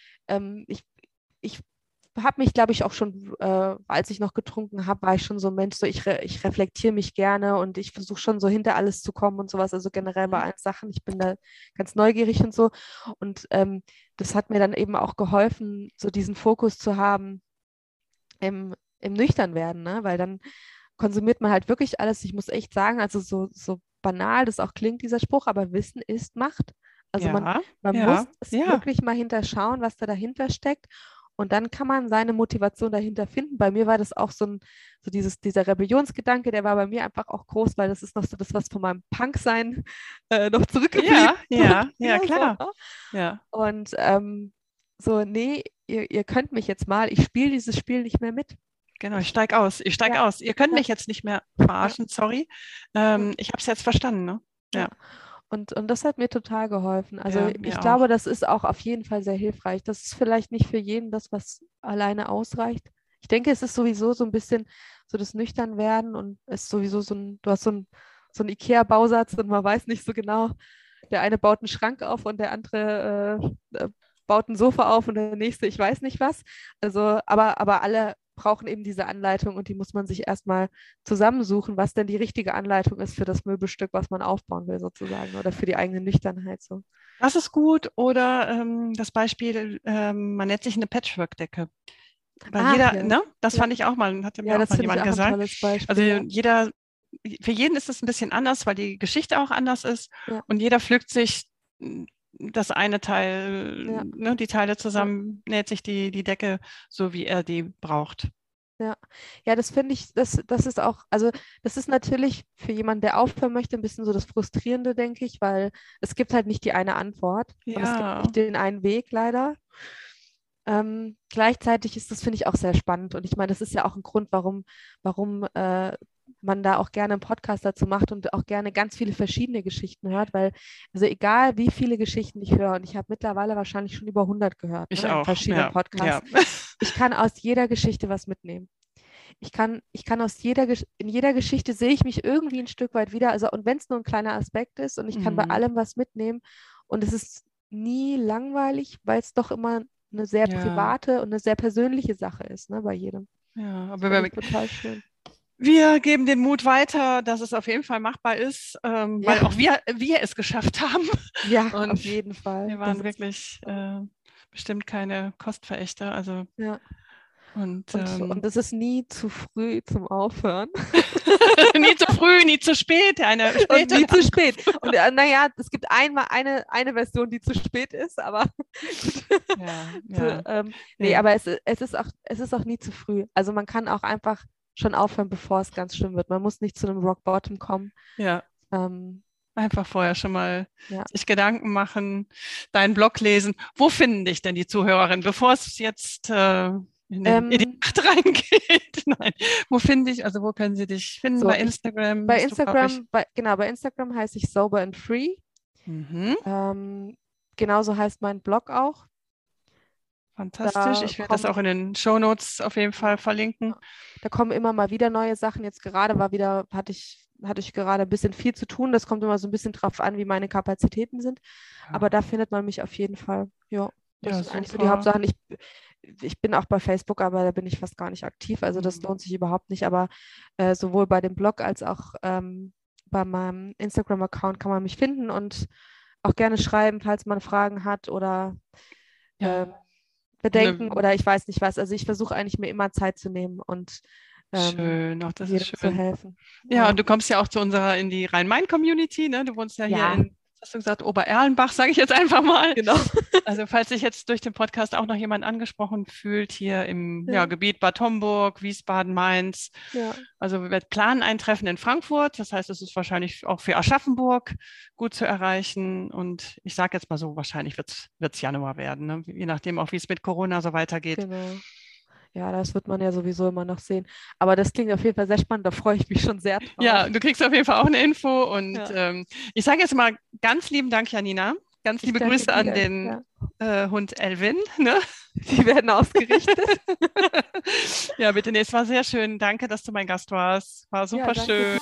ich habe mich, glaube ich, auch schon, als ich noch getrunken habe, war ich schon so ein Mensch, so ich reflektiere mich gerne und ich versuche schon so hinter alles zu kommen und sowas, also generell bei Mhm. allen Sachen. Ich bin da ganz neugierig und so. Und das hat mir dann eben auch geholfen, so diesen Fokus zu haben im Nüchternwerden, ne? Weil dann konsumiert man halt wirklich alles. Ich muss echt sagen, also so banal das auch klingt, dieser Spruch, aber Wissen ist Macht. Also Ja, man muss ja, es ja, wirklich mal hinterschauen, was da dahinter steckt. Und dann kann man seine Motivation dahinter finden. Bei mir war das auch dieser Rebellionsgedanke, der war bei mir einfach auch groß, weil das ist noch so das, was von meinem Punk-Sein noch zurückgeblieben ja, ist. So, ja, ja, ja, so, klar. ne? Ja, Und so, nee, ihr könnt mich jetzt mal, ich spiele dieses Spiel nicht mehr mit. genau, ich Ich, steige aus. Ich ja, steige aus. Ihr könnt ja, mich jetzt nicht mehr ja, verarschen, sorry. ja, Ich habe es jetzt verstanden, ne? ja. Ja. Und das hat mir total geholfen. Also Ja, ich mir glaube, auch. das ist auch auf jeden Fall sehr hilfreich. Das ist vielleicht nicht für jeden das, was alleine ausreicht. Ich denke, es ist sowieso so ein bisschen so das Nüchternwerden und es ist sowieso du hast so einen IKEA-Bausatz und man weiß nicht so genau, der eine baut einen Schrank auf und der andere baut ein Sofa auf und der nächste, ich weiß nicht was. Also, aber alle brauchen eben diese Anleitung und die muss man sich erstmal zusammensuchen, was denn die richtige Anleitung ist für das Möbelstück, was man aufbauen will, sozusagen, oder für die eigene Nüchternheit so. Das ist gut. Oder das Beispiel, man nennt sich eine Patchwork-Decke. Weil Ach jeder, ja, ne, das ja, fand ich auch mal, hatte ja, mir auch das mal finde ich jemand auch ein gesagt. tolles Also Beispiel, ja. für jeden ist es ein bisschen anders, weil die Geschichte auch anders ist Ja, und jeder pflückt sich das eine Teil, ja, ne, die Teile ja. zusammen, näht sich die Decke so, wie er die braucht. Ja, ja, das finde ich, das ist auch, also das ist natürlich für jemanden, der aufhören möchte, ein bisschen so das Frustrierende, denke ich, weil es gibt halt nicht die eine Antwort und es gibt Ja, nicht den einen Weg, leider. Gleichzeitig ist das, finde ich, auch sehr spannend. Und ich meine, das ist ja auch ein Grund, warum man da auch gerne einen Podcast dazu macht und auch gerne ganz viele verschiedene Geschichten hört, weil, also egal wie viele Geschichten ich höre, und ich habe mittlerweile wahrscheinlich schon über 100 gehört, ich ne, in auch. verschiedenen Ja, ja. Podcasts, ich kann aus jeder Geschichte was mitnehmen. Ich kann in jeder Geschichte sehe ich mich irgendwie ein Stück weit wieder, also und wenn es nur ein kleiner Aspekt ist und ich kann bei Mhm. allem was mitnehmen und es ist nie langweilig, weil es doch immer eine sehr Ja, private und eine sehr persönliche Sache ist, ne, bei jedem. ja. Das finde ich total schön. Wir geben den Mut weiter, dass es auf jeden Fall machbar ist, Ja, weil auch wir es geschafft haben. ja, Und auf jeden Fall. wir Das waren ist wirklich toll. bestimmt keine Kostverächter. Also Ja. und Und es ist nie zu früh zum Aufhören. nie zu früh, nie zu spät. Eine Und späte nie zu Ankunft. spät. Und naja, es gibt einmal eine Version, die zu spät ist, aber gut. Ja, Zu, ja. nee, Nee. aber es ist auch nie zu früh. Also man kann auch einfach schon aufhören, bevor es ganz schlimm wird. Man muss nicht zu einem Rock Bottom kommen. Ja, Ähm, einfach vorher schon mal ja. sich Gedanken machen, deinen Blog lesen. Wo finden dich denn die Zuhörerinnen, bevor es jetzt in die Ähm, Nacht reingeht? Nein, wo finde ich, also wo können sie dich finden? so, Bei Instagram bei bist du, glaube ich. Instagram, genau, bei Instagram heiße ich Sober and Free. Mhm. Ähm, genauso heißt mein Blog auch. Fantastisch. Da Ich werde das auch kommen in den Shownotes auf jeden Fall Ja. verlinken. Ja. Da kommen immer mal wieder neue Sachen. Jetzt gerade hatte ich gerade ein bisschen viel zu tun. Das kommt immer so ein bisschen drauf an, wie meine Kapazitäten sind. Aber Ja, da findet man mich auf jeden Fall. Ja, das ja, sind eigentlich so die super. Hauptsachen. Ich bin auch bei Facebook, aber da bin ich fast gar nicht aktiv. Also das Mhm. lohnt sich überhaupt nicht. Aber sowohl bei dem Blog als auch bei meinem Instagram-Account kann man mich finden und auch gerne schreiben, falls man Fragen hat oder Ja, ähm, Bedenken ne, oder ich weiß nicht was. Also ich versuche eigentlich mir immer Zeit zu nehmen und schön. Auch das ist jedem zu schön. helfen. Ja, und Ja, du kommst ja auch zu unserer in die Rhein-Main-Community, ne? Du wohnst ja hier ja, in, was hast du gesagt, Obererlenbach, sage ich jetzt einfach mal. genau. Also falls sich jetzt durch den Podcast auch noch jemand angesprochen fühlt, hier im ja, Ja, Gebiet Bad Homburg, Wiesbaden, Mainz. ja, Also wir planen ein Treffen in Frankfurt. Das heißt, es ist wahrscheinlich auch für Aschaffenburg gut zu erreichen. Und ich sage jetzt mal so, wahrscheinlich wird's Januar werden, ne? Je nachdem auch, wie es mit Corona so weitergeht. genau. Ja, das wird man ja sowieso immer noch sehen. Aber das klingt auf jeden Fall sehr spannend. Da freue ich mich schon sehr drauf. Ja, du kriegst auf jeden Fall auch eine Info. Und Ja, ich sage jetzt mal ganz lieben Dank, Janina. Ganz ich liebe danke Grüße an dir. den Ja, Hund Elvin. Ne? die werden ausgerichtet. Ja, bitte, nee, es war sehr schön. Danke, dass du mein Gast warst. War Ja, super danke schön. dir.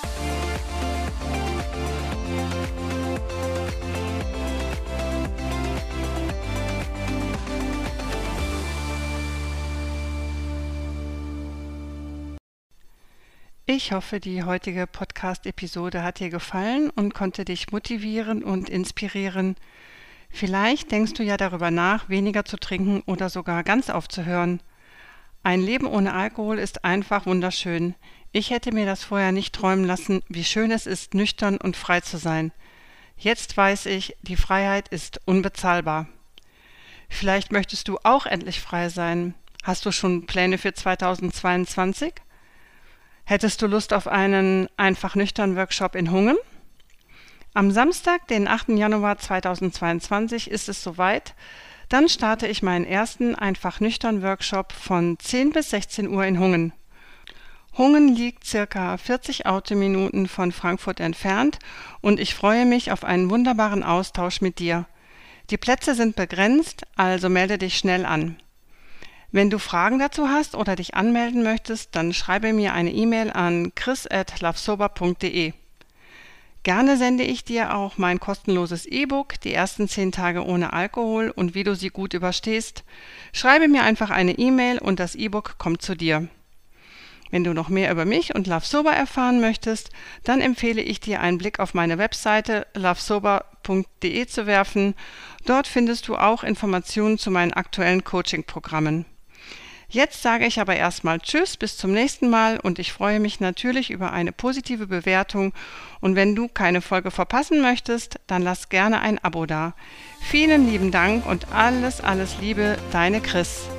Ich hoffe, die heutige Podcast-Episode hat dir gefallen und konnte dich motivieren und inspirieren. Vielleicht denkst du ja darüber nach, weniger zu trinken oder sogar ganz aufzuhören. Ein Leben ohne Alkohol ist einfach wunderschön. Ich hätte mir das vorher nicht träumen lassen, wie schön es ist, nüchtern und frei zu sein. Jetzt weiß ich, die Freiheit ist unbezahlbar. Vielleicht möchtest du auch endlich frei sein. Hast du schon Pläne für 2022? Hättest du Lust auf einen einfach nüchtern Workshop in Hungen? Am Samstag, den 8. Januar 2022 ist es soweit. Dann starte ich meinen ersten einfach nüchtern Workshop von 10 bis 16 Uhr in Hungen. Hungen liegt circa 40 Autominuten von Frankfurt entfernt und ich freue mich auf einen wunderbaren Austausch mit dir. Die Plätze sind begrenzt, also melde dich schnell an. Wenn du Fragen dazu hast oder dich anmelden möchtest, dann schreibe mir eine E-Mail an chris@lovesober.de. Gerne sende ich dir auch mein kostenloses E-Book, die ersten 10 Tage ohne Alkohol und wie du sie gut überstehst. Schreibe mir einfach eine E-Mail und das E-Book kommt zu dir. Wenn du noch mehr über mich und Love Sober erfahren möchtest, dann empfehle ich dir, einen Blick auf meine Webseite lovesober.de zu werfen. Dort findest du auch Informationen zu meinen aktuellen Coaching-Programmen. Jetzt sage ich aber erstmal Tschüss, bis zum nächsten Mal und ich freue mich natürlich über eine positive Bewertung und wenn du keine Folge verpassen möchtest, dann lass gerne ein Abo da. Vielen lieben Dank und alles Liebe, deine Chris.